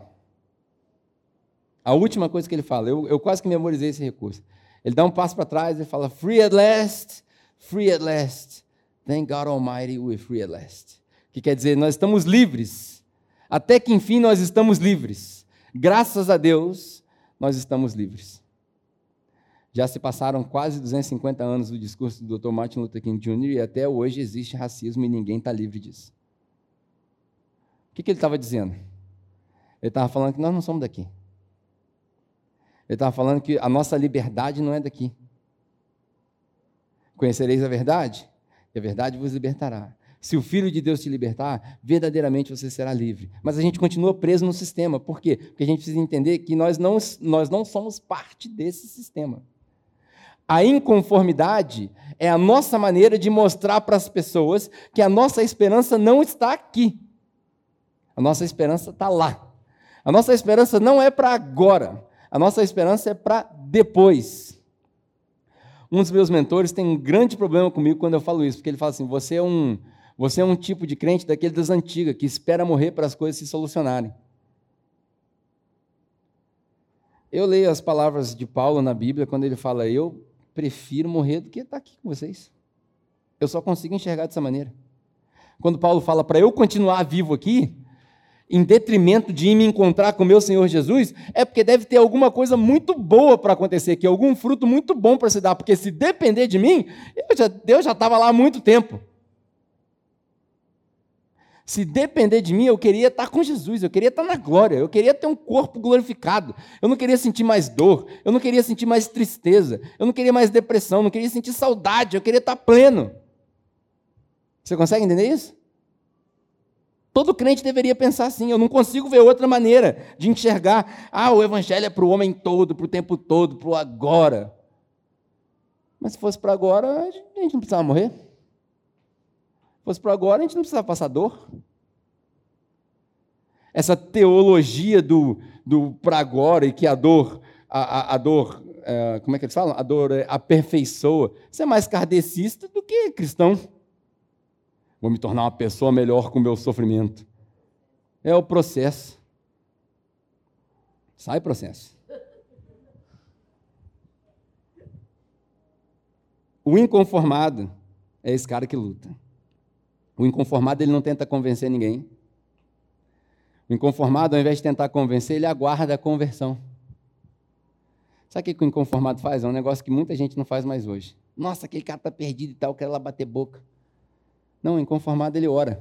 a última coisa que ele fala, eu, eu quase que memorizei esse recurso. Ele dá um passo para trás e fala, free at last, free at last, thank God Almighty we're free at last. Que quer dizer, nós estamos livres, até que enfim nós estamos livres. Graças a Deus, nós estamos livres. Já se passaram quase duzentos e cinquenta anos do discurso do doutor Martin Luther King Júnior e até hoje existe racismo e ninguém está livre disso. O que, que ele estava dizendo? Ele estava falando que nós não somos daqui. Ele estava falando que a nossa liberdade não é daqui. Conhecereis a verdade? E a verdade vos libertará. Se o Filho de Deus te libertar, verdadeiramente você será livre. Mas a gente continua preso no sistema. Por quê? Porque a gente precisa entender que nós não, nós não somos parte desse sistema. A inconformidade é a nossa maneira de mostrar para as pessoas que a nossa esperança não está aqui. A nossa esperança está lá. A nossa esperança não é para agora. A nossa esperança é para depois. Um dos meus mentores tem um grande problema comigo quando eu falo isso, porque ele fala assim, você é um, você é um tipo de crente daquele das antigas, que espera morrer para as coisas se solucionarem. Eu leio as palavras de Paulo na Bíblia, quando ele fala, eu prefiro morrer do que estar aqui com vocês. Eu só consigo enxergar dessa maneira. Quando Paulo fala para eu continuar vivo aqui, em detrimento de ir me encontrar com o meu Senhor Jesus, é porque deve ter alguma coisa muito boa para acontecer aqui, algum fruto muito bom para se dar, porque se depender de mim, eu já, Deus já estava lá há muito tempo. Se depender de mim, eu queria estar com Jesus, eu queria estar na glória, eu queria ter um corpo glorificado, eu não queria sentir mais dor, eu não queria sentir mais tristeza, eu não queria mais depressão, eu não queria sentir saudade, eu queria estar pleno. Você consegue entender isso? Todo crente deveria pensar assim, eu não consigo ver outra maneira de enxergar, ah, o evangelho é para o homem todo, para o tempo todo, para o agora. Mas se fosse para agora, a gente não precisava morrer. Se fosse para agora, a gente não precisava passar dor. Essa teologia do, do para agora e que a dor, a, a, a dor, é, como é que eles falam? A dor é, aperfeiçoa. Isso é mais kardecista do que cristão. Vou me tornar uma pessoa melhor com o meu sofrimento. É o processo. Sai processo. O inconformado é esse cara que luta. O inconformado, ele não tenta convencer ninguém. O inconformado, ao invés de tentar convencer, ele aguarda a conversão. Sabe o que o inconformado faz? É um negócio que muita gente não faz mais hoje. Nossa, aquele cara está perdido e tal, quer lá bater boca. Não, o inconformado, ele ora.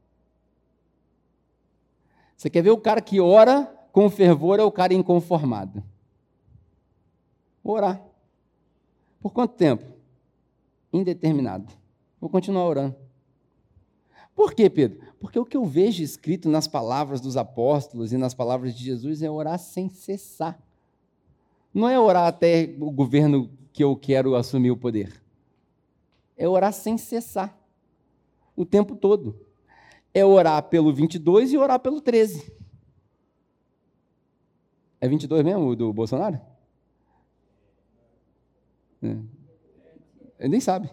Você quer ver o cara que ora com fervor, é o cara inconformado. Orar. Por quanto tempo? Indeterminado. Vou continuar orando. Por quê, Pedro? Porque o que eu vejo escrito nas palavras dos apóstolos e nas palavras de Jesus é orar sem cessar. Não é orar até o governo que eu quero assumir o poder. É orar sem cessar. O tempo todo. É orar pelo vinte e dois e orar pelo treze. É vinte e dois mesmo, o do Bolsonaro? É. Ele nem sabe.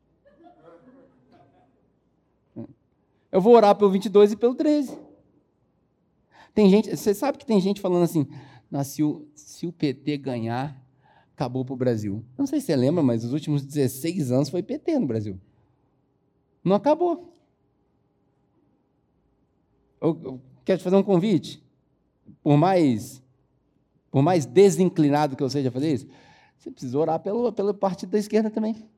Eu vou orar pelo vinte e dois e pelo treze. Tem gente, você sabe que tem gente falando assim, se o, se o P T ganhar, acabou para o Brasil. Eu não sei se você lembra, mas os últimos dezesseis anos foi P T no Brasil. Não acabou. Eu, eu quero te fazer um convite. Por mais, por mais desinclinado que eu seja a fazer isso, você precisa orar pelo, pelo partido da esquerda também.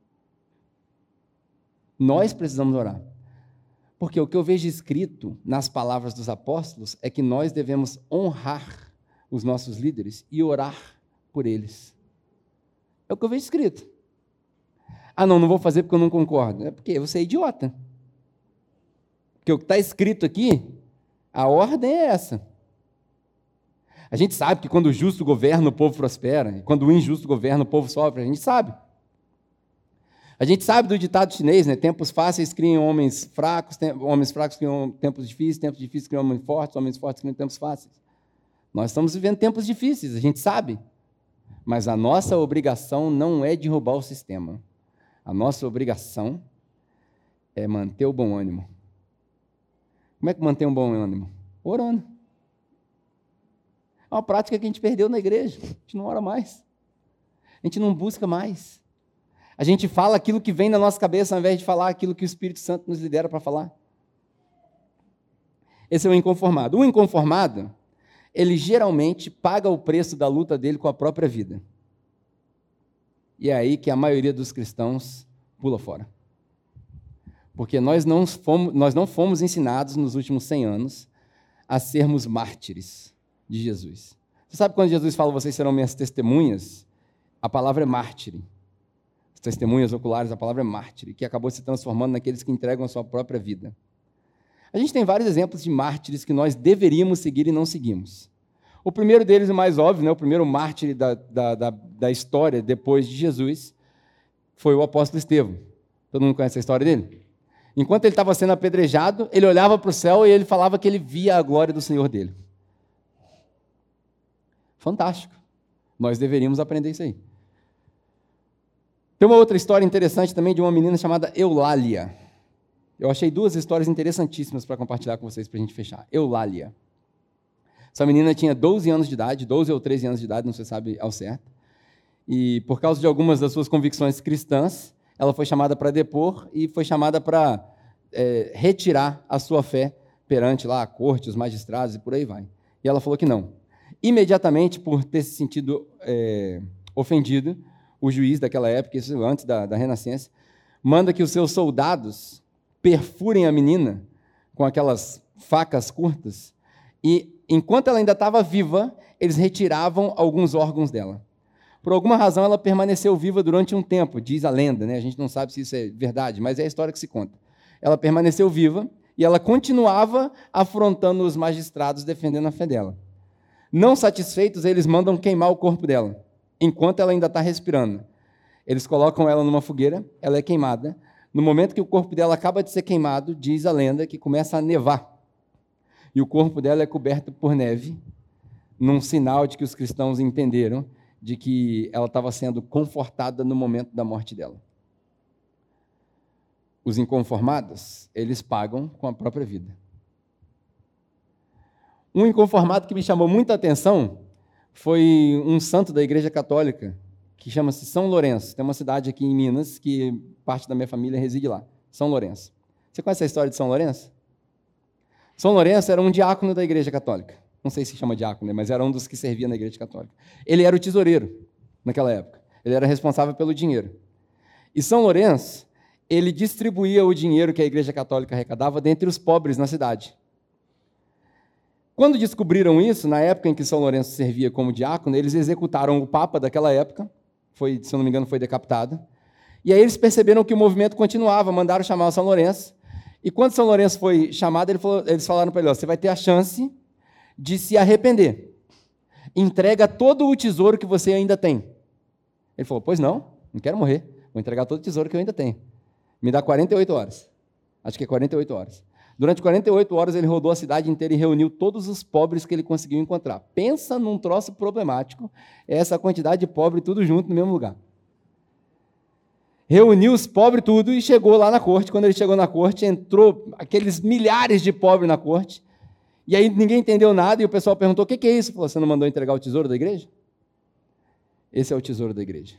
Nós precisamos orar. Porque o que eu vejo escrito nas palavras dos apóstolos é que nós devemos honrar os nossos líderes e orar por eles. É o que eu vejo escrito. Ah, não, não vou fazer porque eu não concordo. É porque você é idiota. Porque o que está escrito aqui, a ordem é essa. A gente sabe que quando o justo governa, o povo prospera. E quando o injusto governa, o povo sofre. A gente sabe. A gente sabe do ditado chinês, né? Tempos fáceis criam homens fracos, homens fracos criam tempos difíceis, tempos difíceis criam homens fortes, homens fortes criam tempos fáceis. Nós estamos vivendo tempos difíceis, a gente sabe. Mas a nossa obrigação não é derrubar o sistema. A nossa obrigação é manter o bom ânimo. Como é que mantém um bom ânimo? Orando. É uma prática que a gente perdeu na igreja. A gente não ora mais. A gente não busca mais. A gente fala aquilo que vem na nossa cabeça, ao invés de falar aquilo que o Espírito Santo nos lidera para falar. Esse é o inconformado. O inconformado, ele geralmente paga o preço da luta dele com a própria vida. E é aí que a maioria dos cristãos pula fora. Porque nós não fomos, nós não fomos ensinados nos últimos cem anos a sermos mártires de Jesus. Você sabe quando Jesus fala, vocês serão minhas testemunhas? A palavra é mártire. As testemunhas oculares, a palavra é mártire, que acabou se transformando naqueles que entregam a sua própria vida. A gente tem vários exemplos de mártires que nós deveríamos seguir e não seguimos. O primeiro deles, o mais óbvio, né, o primeiro mártir da, da, da, da história depois de Jesus, foi o apóstolo Estevão. Todo mundo conhece a história dele? Enquanto ele estava sendo apedrejado, ele olhava para o céu e ele falava que ele via a glória do Senhor dele. Fantástico. Nós deveríamos aprender isso aí. Tem uma outra história interessante também de uma menina chamada Eulália. Eu achei duas histórias interessantíssimas para compartilhar com vocês para a gente fechar. Eulália. Essa menina tinha doze anos de idade, doze ou treze anos de idade, não se sabe ao certo. E por causa de algumas das suas convicções cristãs, ela foi chamada para depor e foi chamada para é, retirar a sua fé perante lá a corte, os magistrados e por aí vai. E ela falou que não. Imediatamente, por ter se sentido é, ofendido, o juiz daquela época, isso antes da, da Renascença, manda que os seus soldados perfurem a menina com aquelas facas curtas e, enquanto ela ainda estava viva, eles retiravam alguns órgãos dela. Por alguma razão, ela permaneceu viva durante um tempo, diz a lenda, né? A gente não sabe se isso é verdade, mas é a história que se conta. Ela permaneceu viva e ela continuava afrontando os magistrados, defendendo a fé dela. Não satisfeitos, eles mandam queimar o corpo dela, enquanto ela ainda está respirando. Eles colocam ela numa fogueira, ela é queimada. No momento que o corpo dela acaba de ser queimado, diz a lenda que começa a nevar. E o corpo dela é coberto por neve, num sinal de que os cristãos entenderam de que ela estava sendo confortada no momento da morte dela. Os inconformados, eles pagam com a própria vida. Um inconformado que me chamou muita atenção foi um santo da Igreja Católica, que chama-se São Lourenço. Tem uma cidade aqui em Minas que parte da minha família reside lá, São Lourenço. Você conhece a história de São Lourenço? São Lourenço era um diácono da Igreja Católica. Não sei se chama diácono, mas era um dos que servia na Igreja Católica. Ele era o tesoureiro naquela época. Ele era responsável pelo dinheiro. E São Lourenço, ele distribuía o dinheiro que a Igreja Católica arrecadava dentre os pobres na cidade. Quando descobriram isso, na época em que São Lourenço servia como diácono, eles executaram o Papa daquela época, foi, se eu não me engano, foi decapitado, e aí eles perceberam que o movimento continuava, mandaram chamar o São Lourenço, e quando São Lourenço foi chamado, ele falou, eles falaram para ele, ó, você vai ter a chance de se arrepender. Entrega todo o tesouro que você ainda tem. Ele falou, pois não, não quero morrer, vou entregar todo o tesouro que eu ainda tenho. Me dá quarenta e oito horas. Acho que é quarenta e oito horas. Durante quarenta e oito horas, ele rodou a cidade inteira e reuniu todos os pobres que ele conseguiu encontrar. Pensa num troço problemático, essa quantidade de pobre tudo junto no mesmo lugar. Reuniu os pobres tudo e chegou lá na corte. Quando ele chegou na corte, entrou aqueles milhares de pobres na corte, e aí ninguém entendeu nada, e o pessoal perguntou, o que é isso? Ele falou, você não mandou entregar o tesouro da igreja? Esse é o tesouro da igreja.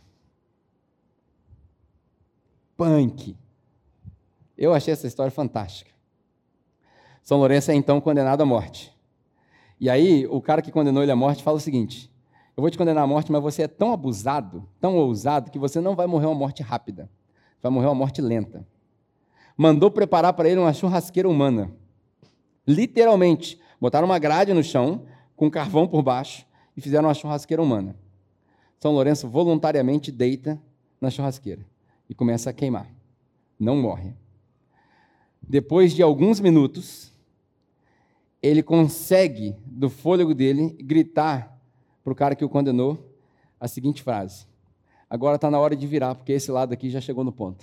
Punk. Eu achei essa história fantástica. São Lourenço é então condenado à morte. E aí, o cara que condenou ele à morte fala o seguinte, eu vou te condenar à morte, mas você é tão abusado, tão ousado, que você não vai morrer uma morte rápida, vai morrer uma morte lenta. Mandou preparar para ele uma churrasqueira humana. Literalmente, botaram uma grade no chão, com carvão por baixo, e fizeram uma churrasqueira humana. São Lourenço voluntariamente deita na churrasqueira e começa a queimar. Não morre. Depois de alguns minutos, ele consegue, do fôlego dele, gritar para o cara que o condenou a seguinte frase, agora está na hora de virar, porque esse lado aqui já chegou no ponto.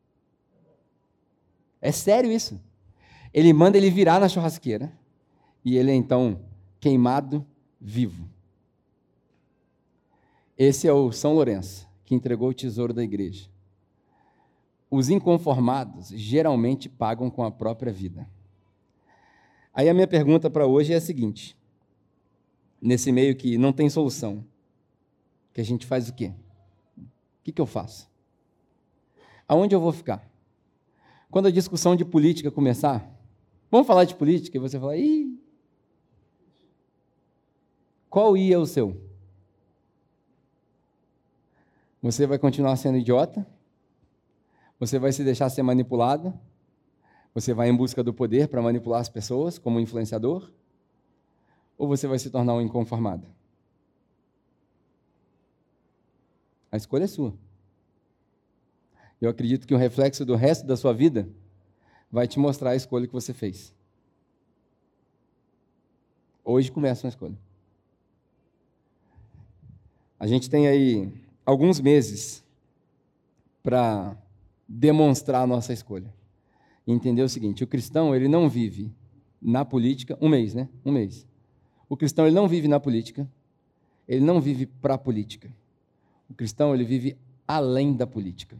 É sério isso. Ele manda ele virar na churrasqueira, e ele é então queimado vivo. Esse é o São Lourenço, que entregou o tesouro da igreja. Os inconformados geralmente pagam com a própria vida. Aí a minha pergunta para hoje é a seguinte, nesse meio que não tem solução, que a gente faz o quê? O que, que eu faço? Aonde eu vou ficar? Quando a discussão de política começar, vamos falar de política, e você fala, ih, qual ia o seu? Você vai continuar sendo idiota? Você vai se deixar ser manipulado? Você vai em busca do poder para manipular as pessoas como influenciador? Ou você vai se tornar um inconformado? A escolha é sua. Eu acredito que o reflexo do resto da sua vida vai te mostrar a escolha que você fez. Hoje começa uma escolha. A gente tem aí alguns meses para demonstrar a nossa escolha. E entender o seguinte, o cristão, ele não vive na política, um mês, né? Um mês. O cristão, ele não vive na política, ele não vive para a política. O cristão, ele vive além da política.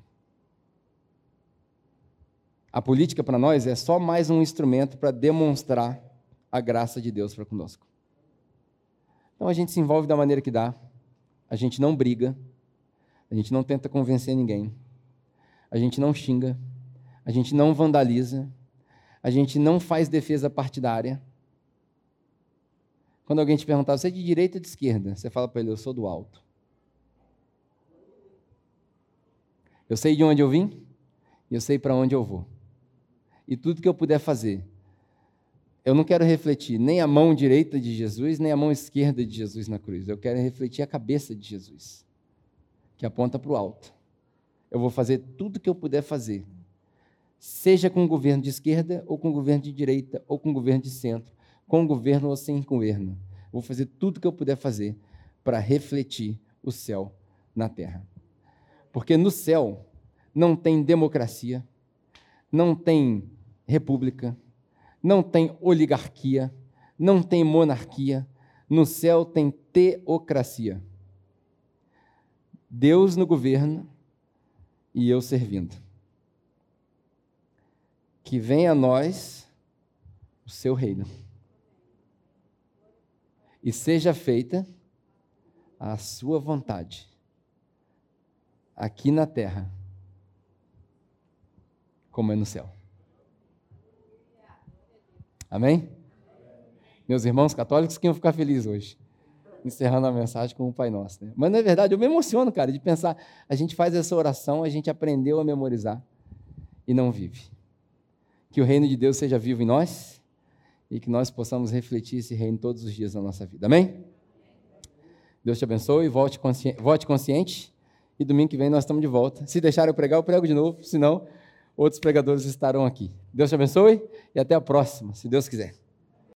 A política, para nós, é só mais um instrumento para demonstrar a graça de Deus para conosco. Então, a gente se envolve da maneira que dá, a gente não briga, a gente não tenta convencer ninguém, a gente não xinga, a gente não vandaliza, a gente não faz defesa partidária. Quando alguém te perguntar, você é de direita ou de esquerda? Você fala para ele, eu sou do alto. Eu sei de onde eu vim e eu sei para onde eu vou. E tudo que eu puder fazer, eu não quero refletir nem a mão direita de Jesus, nem a mão esquerda de Jesus na cruz. Eu quero refletir a cabeça de Jesus, que aponta para o alto. Eu vou fazer tudo que eu puder fazer, seja com o governo de esquerda, ou com o governo de direita, ou com o governo de centro, com o governo ou sem governo. Eu vou fazer tudo que eu puder fazer para refletir o céu na terra. Porque no céu não tem democracia, não tem república, não tem oligarquia, não tem monarquia. No céu tem teocracia. Deus no governo e eu servindo. Que venha a nós o seu reino. E seja feita a sua vontade, aqui na terra, como é no céu. Amém? Meus irmãos católicos que iam ficar felizes hoje, encerrando a mensagem com o Pai Nosso. Né? Mas, na verdade, eu me emociono, cara, de pensar, a gente faz essa oração, a gente aprendeu a memorizar e não vive. Que o reino de Deus seja vivo em nós e que nós possamos refletir esse reino todos os dias da nossa vida. Amém? Deus te abençoe, volte consciente, volte consciente e domingo que vem nós estamos de volta. Se deixar eu pregar, eu prego de novo, senão outros pregadores estarão aqui. Deus te abençoe e até a próxima, se Deus quiser.